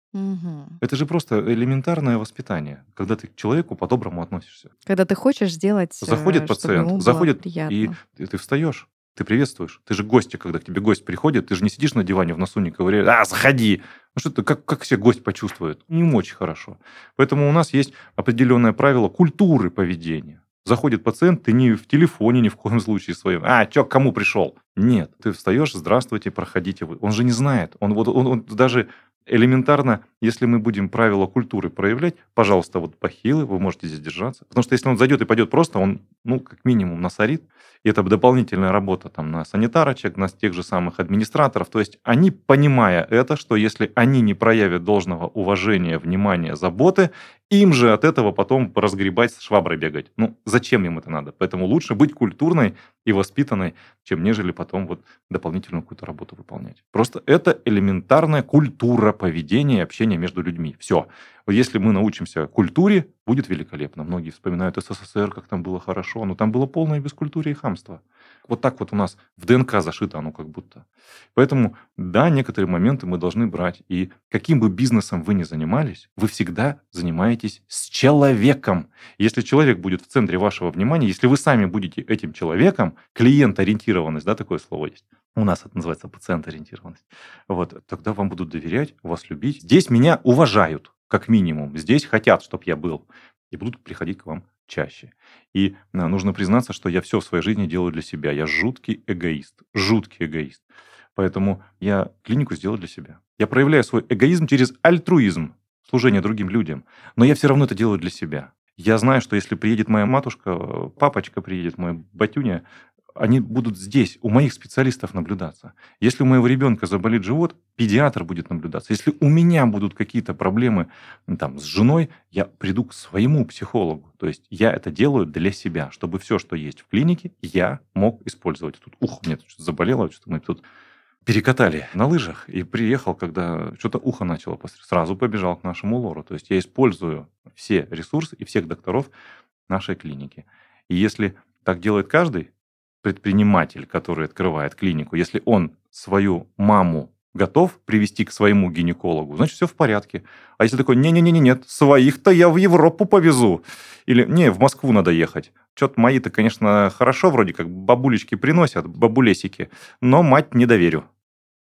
Мгм. Это же просто элементарное воспитание, когда ты к человеку по-доброму относишься. Когда ты хочешь сделать, Заходит э, чтобы пациент, ему было заходит, и приятно. ты, ты встаешь, ты приветствуешь. Ты же гости, когда к тебе гость приходит, ты же не сидишь на диване в носу, не ковыряешь, а, заходи. Ну что ты, как, как себя гость почувствует? Не очень хорошо. Поэтому у нас есть определенное правило культуры поведения. Заходит пациент, ты не в телефоне ни в коем случае своем. А, чё, к кому пришел? Нет, ты встаешь, здравствуйте, проходите вы. Он же не знает. Он, вот, он, он даже элементарно, если мы будем правила культуры проявлять, пожалуйста, вот бахилы, вы можете здесь держаться. Потому что если он зайдет и пойдет просто, он, ну, как минимум, насорит. И это дополнительная работа там на санитарочек, на тех же самых администраторов. То есть они, понимая это, что если они не проявят должного уважения, внимания, заботы, им же от этого потом разгребать, с шваброй бегать. Ну, зачем им это надо? Поэтому лучше быть культурной и воспитанной, чем нежели потом вот дополнительную какую-то работу выполнять. Просто это элементарная культура поведения и общения между людьми. Все. Вот если мы научимся культуре, будет великолепно. Многие вспоминают СССР, как там было хорошо, но там было полное бескультурие и хамство. Вот так вот у нас в ДНК зашито оно как будто. Поэтому, да, некоторые моменты мы должны брать. И каким бы бизнесом вы ни занимались, вы всегда занимаетесь с человеком. Если человек будет в центре вашего внимания, если вы сами будете этим человеком, клиент-ориентированность, да, такое слово есть. У нас это называется пациент-ориентированность. Вот, тогда вам будут доверять, вас любить. Здесь меня уважают, как минимум. Здесь хотят, чтобы я был. И будут приходить к вам чаще. И а, нужно признаться, что я все в своей жизни делаю для себя. Я жуткий эгоист. Жуткий эгоист. Поэтому я клинику сделал для себя. Я проявляю свой эгоизм через альтруизм, служение другим людям. Но я все равно это делаю для себя. Я знаю, что если приедет моя матушка, папочка приедет, мой батюня, они будут здесь, у моих специалистов наблюдаться. Если у моего ребенка заболит живот, педиатр будет наблюдаться. Если у меня будут какие-то проблемы ну, там, с женой, я приду к своему психологу. То есть я это делаю для себя, чтобы все, что есть в клинике, я мог использовать. Тут, ух, у меня тут что-то заболело, что-то мы тут перекатали на лыжах и приехал, когда что-то ухо начало посмотреть. Сразу побежал к нашему лору. То есть я использую все ресурсы и всех докторов нашей клиники. И если так делает каждый предприниматель, который открывает клинику, если он свою маму готов привести к своему гинекологу, значит, все в порядке. А если такой, не-не-не, нет, своих-то я в Европу повезу. Или, не, в Москву надо ехать. Что-то мои-то, конечно, хорошо вроде как бабулечки приносят, бабулесики, но мать не доверю.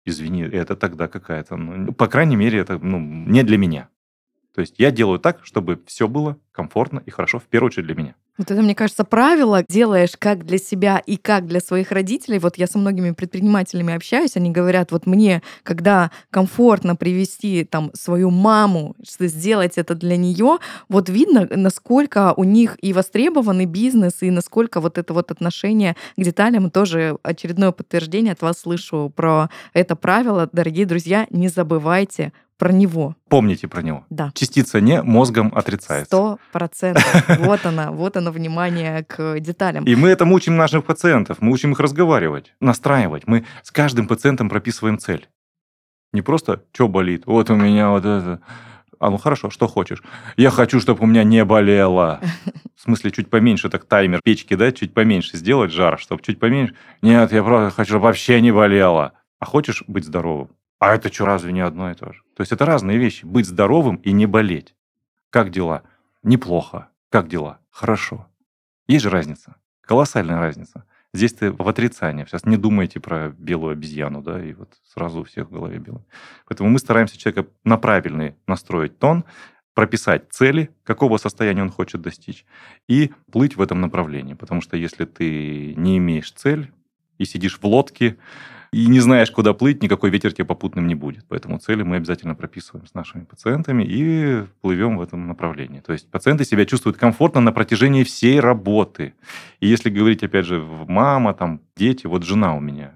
извини, это тогда какая-то, ну, по крайней мере, это ну, не для меня. То есть я делаю так, чтобы все было комфортно и хорошо, в первую очередь для меня. Вот это, мне кажется, правило делаешь как для себя и как для своих родителей. Вот я со многими предпринимателями общаюсь, они говорят, вот мне, когда комфортно привести там свою маму, что сделать это для нее, вот видно, насколько у них и востребованный бизнес, и насколько вот это вот отношение к деталям, тоже очередное подтверждение от вас слышу про это правило. Дорогие друзья, не забывайте про него. Помните про него. Да. Частица «не» мозгом отрицается. Сто процентов. Вот она, вот оно внимание к деталям. И мы этому учим наших пациентов, мы учим их разговаривать, настраивать. Мы с каждым пациентом прописываем цель. Не просто «что болит?», «вот у меня вот это». А ну хорошо, что хочешь? Я хочу, чтобы у меня не болело. В смысле, чуть поменьше, так таймер печки, да, чуть поменьше сделать жар, чтобы чуть поменьше. Нет, я просто хочу, чтобы вообще не болело. А хочешь быть здоровым? А это что, разве не одно и то же? То есть это разные вещи. Быть здоровым и не болеть. Как дела? Неплохо. Как дела? Хорошо. Есть же разница. Колоссальная разница. Здесь ты в отрицании. Сейчас не думайте про белую обезьяну, да, и вот сразу у всех в голове белый. Поэтому мы стараемся человека на правильный настроить тон, прописать цели, какого состояния он хочет достичь, и плыть в этом направлении. Потому что если ты не имеешь цель и сидишь в лодке, и не знаешь, куда плыть, никакой ветер тебе попутным не будет. Поэтому цели мы обязательно прописываем с нашими пациентами и плывем в этом направлении. То есть пациенты себя чувствуют комфортно на протяжении всей работы. И если говорить, опять же, мама, там, дети, вот жена у меня,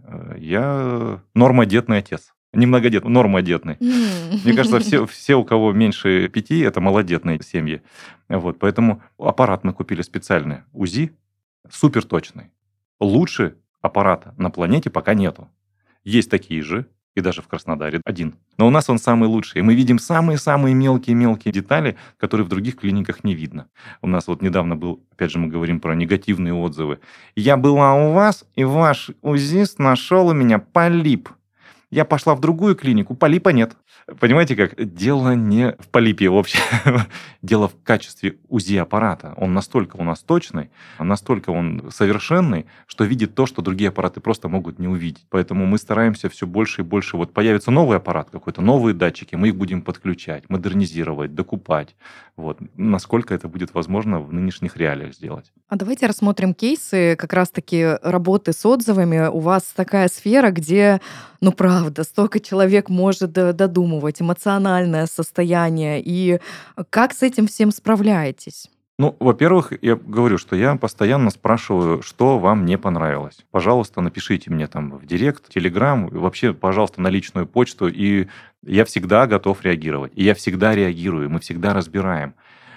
я нормодетный отец. Не многодетный, нормодетный. Mm. Мне кажется, все, все, у кого меньше пяти, это малодетные семьи. Вот, поэтому аппарат мы купили специальный, УЗИ, суперточный. Лучше аппарата на планете пока нету. Есть такие же, и даже в Краснодаре один. Но у нас он самый лучший. И мы видим самые-самые мелкие-мелкие детали, которые в других клиниках не видно. У нас вот недавно был, опять же, мы говорим про негативные отзывы. Я была у вас, и ваш УЗИст нашел у меня полип. Я пошла в другую клинику, полипа нет. Понимаете как? Дело не в полипе вообще. Дело в качестве УЗИ-аппарата. Он настолько у нас точный, настолько он совершенный, что видит то, что другие аппараты просто могут не увидеть. Поэтому мы стараемся все больше и больше. Вот появится новый аппарат какой-то, новые датчики, мы их будем подключать, модернизировать, докупать. Вот. Насколько это будет возможно в нынешних реалиях сделать. А давайте рассмотрим кейсы как раз-таки работы с отзывами. У вас такая сфера, где, ну правда, столько человек может додумывать, эмоциональное состояние. И как с этим всем справляетесь? Ну, во-первых, я говорю, что я постоянно спрашиваю, что вам не понравилось. Пожалуйста, напишите мне там в директ, в телеграм, вообще, пожалуйста, на личную почту, и я всегда готов реагировать. И я всегда реагирую, мы всегда разбираем.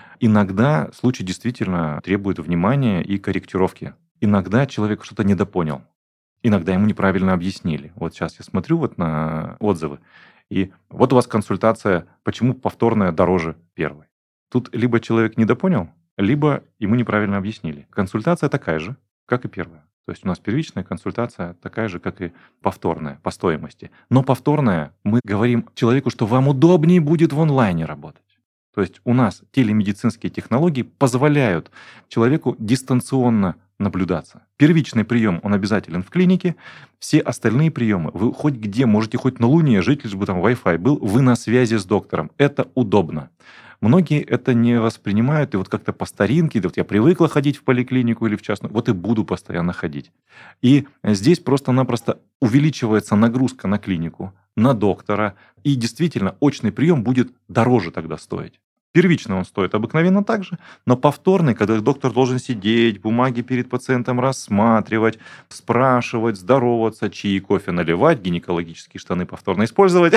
Иногда случай действительно требует внимания и корректировки. Иногда человек что-то недопонял. Иногда ему неправильно объяснили. Вот сейчас я смотрю вот на отзывы, и вот у вас консультация, почему повторная дороже первой. Тут либо человек недопонял, либо ему неправильно объяснили. Консультация такая же, как и первая. То есть у нас первичная консультация такая же, как и повторная по стоимости. Но повторная мы говорим человеку, что вам удобнее будет в онлайне работать. То есть у нас телемедицинские технологии позволяют человеку дистанционно наблюдаться. Первичный прием, он обязателен в клинике. Все остальные приемы, вы хоть где, можете хоть на Луне жить, лишь бы там Wi-Fi был, вы на связи с доктором. Это удобно. Многие это не воспринимают, и вот как-то по старинке, вот я привыкла ходить в поликлинику или в частную, вот и буду постоянно ходить. И здесь просто-напросто увеличивается нагрузка на клинику, на доктора, и действительно очный прием будет дороже тогда стоить. Первично он стоит обыкновенно так же, но повторный, когда доктор должен сидеть, бумаги перед пациентом рассматривать, спрашивать, здороваться, чаи, кофе наливать, гинекологические штаны повторно использовать.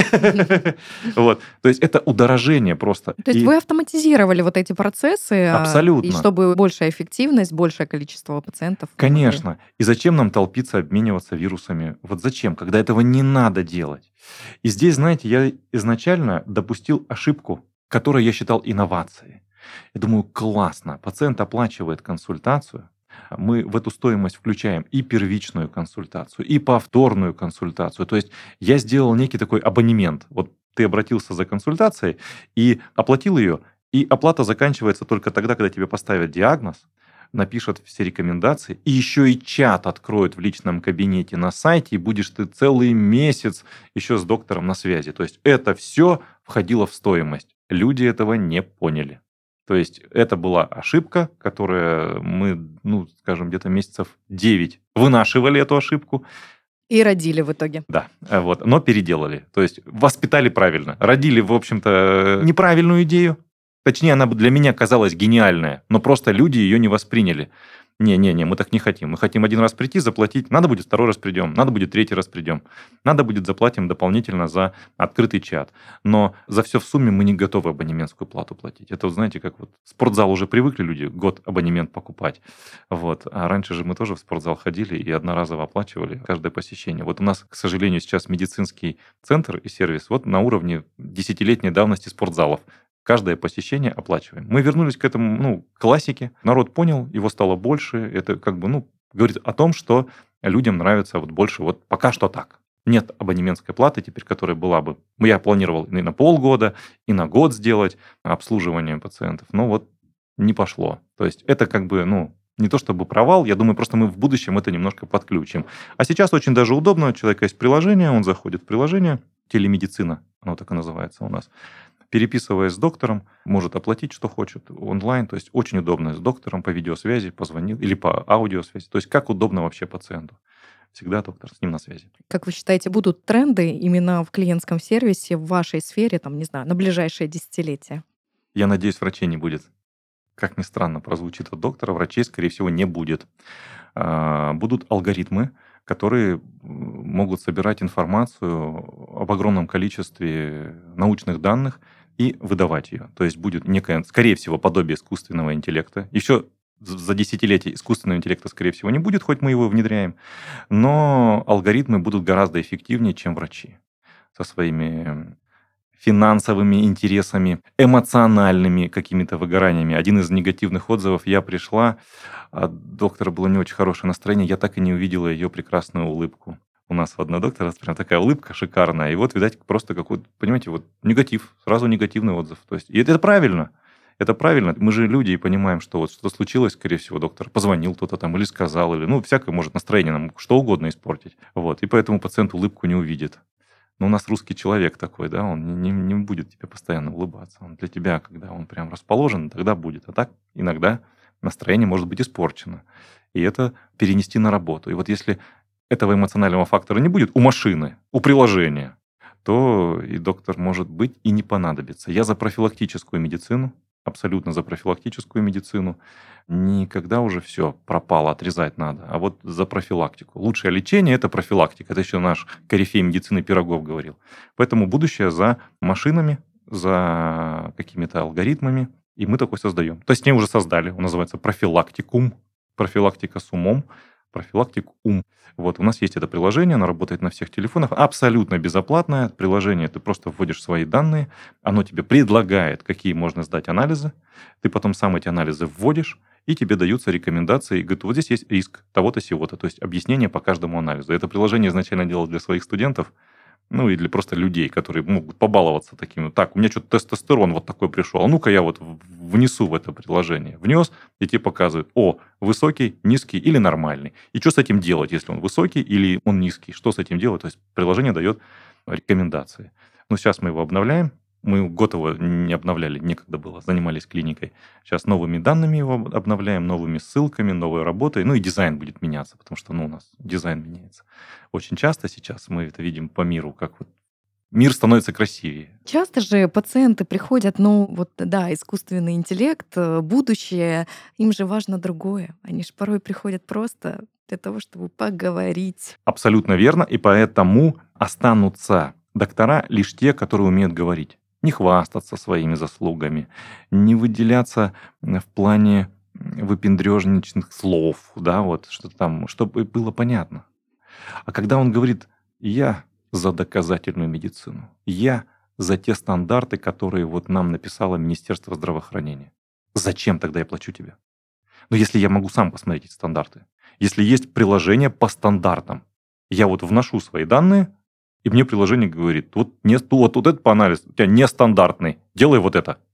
Вот. То есть это удорожение просто. То есть вы автоматизировали вот эти процессы, абсолютно, и чтобы большая эффективность, большее количество пациентов. Конечно. И зачем нам толпиться, обмениваться вирусами? Вот зачем, когда этого не надо делать? И здесь, знаете, я изначально допустил ошибку, которую я считал инновацией. Я думаю, классно, пациент оплачивает консультацию, мы в эту стоимость включаем и первичную консультацию, и повторную консультацию. То есть я сделал некий такой абонемент. Вот ты обратился за консультацией и оплатил ее, и оплата заканчивается только тогда, когда тебе поставят диагноз, напишет все рекомендации, и еще и чат откроет в личном кабинете на сайте, и будешь ты целый месяц еще с доктором на связи. То есть это все входило в стоимость. Люди этого не поняли. То есть это была ошибка, которую мы, ну, скажем, где-то месяцев девять вынашивали эту ошибку. И родили в итоге. Да, вот, но переделали. То есть воспитали правильно. Родили, в общем-то, неправильную идею. Точнее, она для меня казалась гениальная, но просто люди ее не восприняли. Не-не-не, мы так не хотим. Мы хотим один раз прийти, заплатить. Надо будет второй раз придем, надо будет третий раз придем. Надо будет заплатим дополнительно за открытый чат. Но за все в сумме мы не готовы абонементскую плату платить. Это, вот, знаете, как вот в спортзал уже привыкли люди год абонемент покупать. Вот. А раньше же мы тоже в спортзал ходили и одноразово оплачивали каждое посещение. Вот у нас, к сожалению, сейчас медицинский центр и сервис вот на уровне десятилетней давности спортзалов. Каждое посещение оплачиваем. Мы вернулись к этому, ну, классике. Народ понял, его стало больше. Это как бы, ну, говорит о том, что людям нравится вот больше вот пока что так. Нет абонементской платы теперь, которая была бы... Я планировал и на полгода, и на год сделать обслуживание пациентов. Но вот не пошло. То есть это как бы, ну, не то чтобы провал. Я думаю, просто мы в будущем это немножко подключим. А сейчас очень даже удобно. У человека есть приложение, он заходит в приложение. Телемедицина, оно так и называется у нас. Переписываясь с доктором, может оплатить, что хочет, онлайн. То есть очень удобно с доктором по видеосвязи позвонил или по аудиосвязи. То есть как удобно вообще пациенту. Всегда доктор с ним на связи. Как вы считаете, будут тренды именно в клиентском сервисе в вашей сфере, там, не знаю, на ближайшее десятилетие? Я надеюсь, врачей не будет. Как ни странно прозвучит от доктора, врачей, скорее всего, не будет. Будут алгоритмы, которые могут собирать информацию об огромном количестве научных данных и выдавать ее. То есть будет некое, скорее всего, подобие искусственного интеллекта. Еще за десятилетия искусственного интеллекта, скорее всего, не будет, хоть мы его внедряем. Но алгоритмы будут гораздо эффективнее, чем врачи со своими финансовыми интересами, эмоциональными какими-то выгораниями. Один из негативных отзывов: я пришла, а доктора было не очень хорошее настроение, я так и не увидела ее прекрасную улыбку. У нас у одного доктора прям такая улыбка шикарная. И вот, видать, просто какой-то, понимаете, вот негатив, сразу негативный отзыв. То есть, и это, это правильно. Это правильно. Мы же люди и понимаем, что вот что случилось, скорее всего, доктор позвонил кто-то там или сказал, или, ну, всякое может настроение нам что угодно испортить. Вот. И поэтому пациент улыбку не увидит. Но у нас русский человек такой, да, он не, не будет тебе постоянно улыбаться. Он для тебя, когда он прям расположен, тогда будет. А так иногда настроение может быть испорчено. И это перенести на работу. И вот если этого эмоционального фактора не будет у машины, у приложения, то и доктор может быть и не понадобится. Я за профилактическую медицину, абсолютно за профилактическую медицину. Никогда уже все пропало, отрезать надо. А вот за профилактику. Лучшее лечение – это профилактика. Это еще наш корифей медицины Пирогов говорил. Поэтому будущее за машинами, за какими-то алгоритмами. И мы такой создаем. То есть мы уже создали. Он называется профилактикум. Профилактика с умом. Профилактик ум. Вот, у нас есть это приложение, оно работает на всех телефонах, абсолютно безоплатное приложение, ты просто вводишь свои данные, оно тебе предлагает, какие можно сдать анализы, ты потом сам эти анализы вводишь, и тебе даются рекомендации, и говорят, вот здесь есть риск того-то, сего-то, то есть объяснение по каждому анализу. Это приложение изначально делал для своих студентов, ну, и для просто людей, которые могут побаловаться такими. Так, у меня что-то тестостерон вот такой пришел. А ну-ка я вот внесу в это приложение. Внес, и тебе показывают, о, высокий, низкий или нормальный. И что с этим делать, если он высокий или он низкий? Что с этим делать? То есть приложение дает рекомендации. Ну, сейчас мы его обновляем. Мы год его не обновляли, некогда было, занимались клиникой. Сейчас новыми данными его обновляем, новыми ссылками, новой работой. Ну и дизайн будет меняться, потому что ну, у нас дизайн меняется. Очень часто сейчас мы это видим по миру, как вот мир становится красивее. Часто же пациенты приходят, ну вот да, искусственный интеллект, будущее, им же важно другое. Они же порой приходят просто для того, чтобы поговорить. Абсолютно верно, и поэтому останутся доктора лишь те, которые умеют говорить. Не хвастаться своими заслугами, не выделяться в плане выпендрежничных слов, да, вот, что там, чтобы было понятно. А когда он говорит, я за доказательную медицину, я за те стандарты, которые вот нам написало Министерство здравоохранения. Зачем тогда я плачу тебе? Ну, если я могу сам посмотреть эти стандарты, если есть приложение по стандартам, я вот вношу свои данные, и мне приложение говорит, вот, не, вот, вот этот по анализу у тебя нестандартный, делай вот это.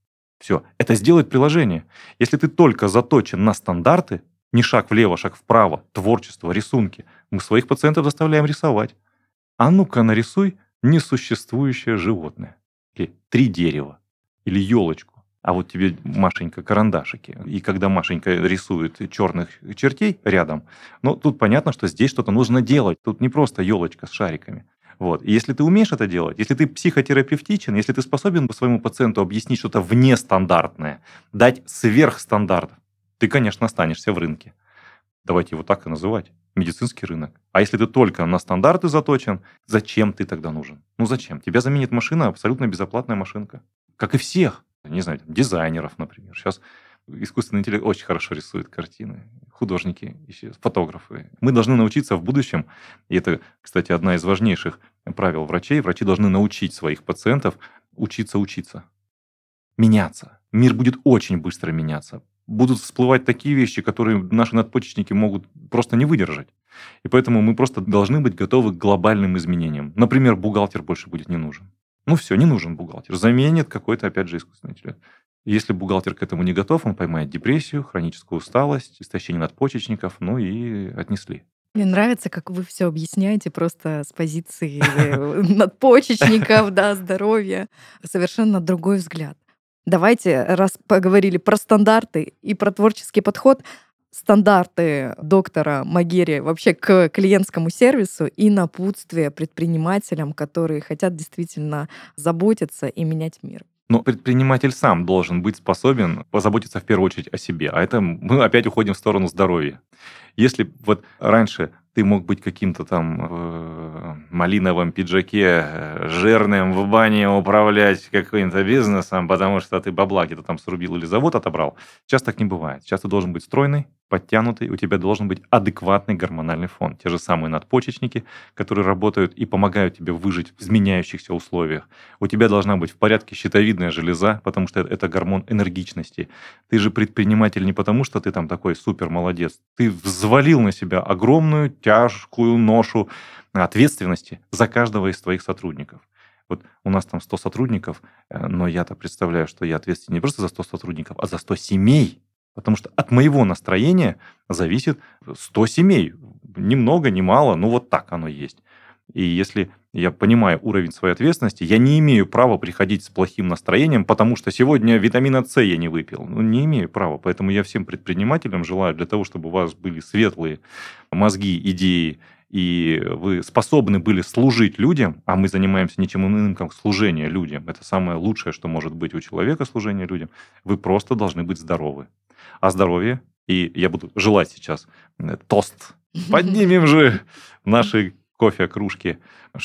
Все. Это сделает приложение. Если ты только заточен на стандарты, не шаг влево, шаг вправо, творчество, рисунки, мы своих пациентов заставляем рисовать. А ну-ка нарисуй несуществующее животное. Или три дерева. Или елочку. А вот тебе, Машенька, карандашики. И когда Машенька рисует черных чертей рядом, ну, тут понятно, что здесь что-то нужно делать. Тут не просто елочка с шариками. Вот. И если ты умеешь это делать, если ты психотерапевтичен, если ты способен своему пациенту объяснить что-то внестандартное, дать сверхстандарт, ты, конечно, останешься в рынке. Давайте его так и называть. Медицинский рынок. А если ты только на стандарты заточен, зачем ты тогда нужен? Ну зачем? Тебя заменит машина, абсолютно безоплатная машинка. Как и всех. Не знаю, дизайнеров, например. Сейчас искусственный интеллект очень хорошо рисует картины. Художники, фотографы. Мы должны научиться в будущем, и это, кстати, одна из важнейших правил врачей, врачи должны научить своих пациентов учиться учиться. Меняться. Мир будет очень быстро меняться. Будут всплывать такие вещи, которые наши надпочечники могут просто не выдержать. И поэтому мы просто должны быть готовы к глобальным изменениям. Например, бухгалтер больше будет не нужен. Ну все, не нужен бухгалтер. Заменит какой-то, опять же, искусственный интеллект. Если бухгалтер к этому не готов, он поймает депрессию, хроническую усталость, истощение надпочечников, ну и отнесли. Мне нравится, как вы все объясняете просто с позиции э, надпочечников, да, здоровья. Совершенно другой взгляд. Давайте, раз поговорили про стандарты и про творческий подход, стандарты доктора Магери вообще к клиентскому сервису и напутствие предпринимателям, которые хотят действительно заботиться и менять мир. Но предприниматель сам должен быть способен позаботиться в первую очередь о себе. А это мы опять уходим в сторону здоровья. Если вот раньше ты мог быть каким-то там в малиновом пиджаке, жирным в бане управлять каким-то бизнесом, потому что ты бабла где-то там срубил или завод отобрал. Сейчас так не бывает. Сейчас ты должен быть стройный, подтянутый, у тебя должен быть адекватный гормональный фон. Те же самые надпочечники, которые работают и помогают тебе выжить в изменяющихся условиях. У тебя должна быть в порядке щитовидная железа, потому что это гормон энергичности. Ты же предприниматель не потому, что ты там такой супер молодец. Ты взвалил на себя огромную тяжкую ношу ответственности за каждого из твоих сотрудников. Вот у нас там сто сотрудников, но я-то представляю, что я ответственен не просто за сто сотрудников, а за сто семей. Потому что от моего настроения зависит сто семей. Ни много, ни мало, но вот так оно есть. И если я понимаю уровень своей ответственности, я не имею права приходить с плохим настроением, потому что сегодня витамина С я не выпил. Ну, не имею права. Поэтому я всем предпринимателям желаю для того, чтобы у вас были светлые мозги, идеи, и вы способны были служить людям, а мы занимаемся ничем иным, как служение людям. Это самое лучшее, что может быть у человека, служение людям. Вы просто должны быть здоровы. А здоровье, и я буду желать сейчас тост, поднимем же наши кофе-кружки,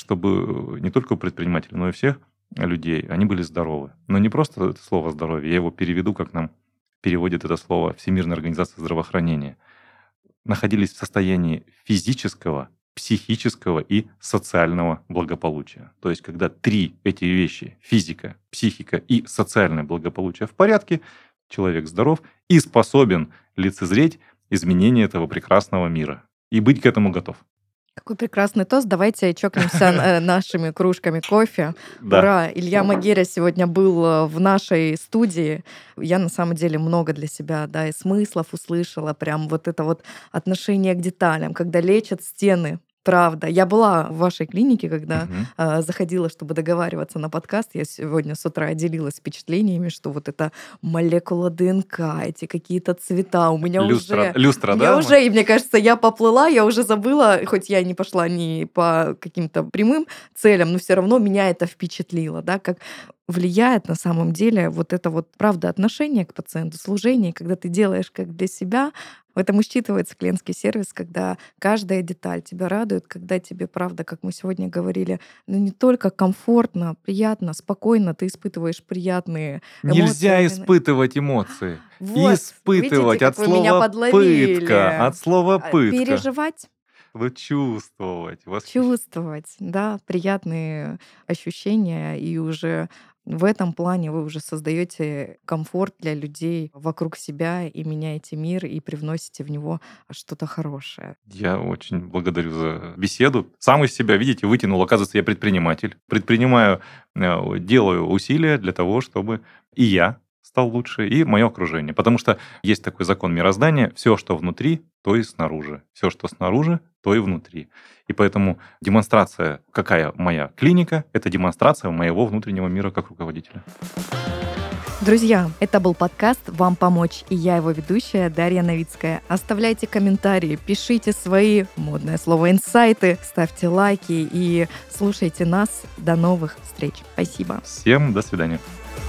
чтобы не только у предпринимателей, но и у всех людей, они были здоровы. Но не просто это слово «здоровье», я его переведу, как нам переводит это слово Всемирная организация здравоохранения. Находились в состоянии физического, психического и социального благополучия. То есть, когда три эти вещи, физика, психика и социальное благополучие в порядке, человек здоров и способен лицезреть изменения этого прекрасного мира. И быть к этому готов. Какой прекрасный тост. Давайте чокнемся нашими кружками кофе. Да. Ура! Илья Магеря сегодня был в нашей студии. Я на самом деле много для себя, да, и смыслов услышала. Прям вот это вот отношение к деталям, когда лечат стены. Правда. Я была в вашей клинике, когда Мгм. э, заходила, чтобы договариваться на подкаст. Я сегодня с утра делилась впечатлениями, что вот эта молекула ДНК, эти какие-то цвета у меня Люстра, уже... люстра, Я да? уже, и мне кажется, я поплыла, я уже забыла, хоть я не пошла ни по каким-то прямым целям, но все равно меня это впечатлило, да, как влияет на самом деле вот это вот, правда, отношение к пациенту, служение, когда ты делаешь как для себя. В этом учитывается клиентский сервис, когда каждая деталь тебя радует, когда тебе, правда, как мы сегодня говорили, ну не только комфортно, приятно, спокойно, ты испытываешь приятные эмоции. Нельзя именно. испытывать эмоции. Вот, Испытывать видите, от как вы меня слова подловили. пытка. От слова А, пытка. Переживать, Вот чувствовать. восхищ- чувствовать, да, приятные ощущения, и уже в этом плане вы уже создаете комфорт для людей вокруг себя и меняете мир и привносите в него что-то хорошее. Я очень благодарю за беседу. Сам из себя, видите, вытянул. Оказывается, я предприниматель. Предпринимаю, э, делаю усилия для того, чтобы и я стал лучше, и мое окружение. Потому что есть такой закон мироздания: все, что внутри, то и снаружи. Все, что снаружи, то и внутри. И поэтому демонстрация, какая моя клиника, это демонстрация моего внутреннего мира как руководителя. Друзья, это был подкаст «Вам помочь», и я его ведущая Дарья Новицкая. Оставляйте комментарии, пишите свои, модное слово, инсайты, ставьте лайки и слушайте нас. До новых встреч. Спасибо. Всем до свидания.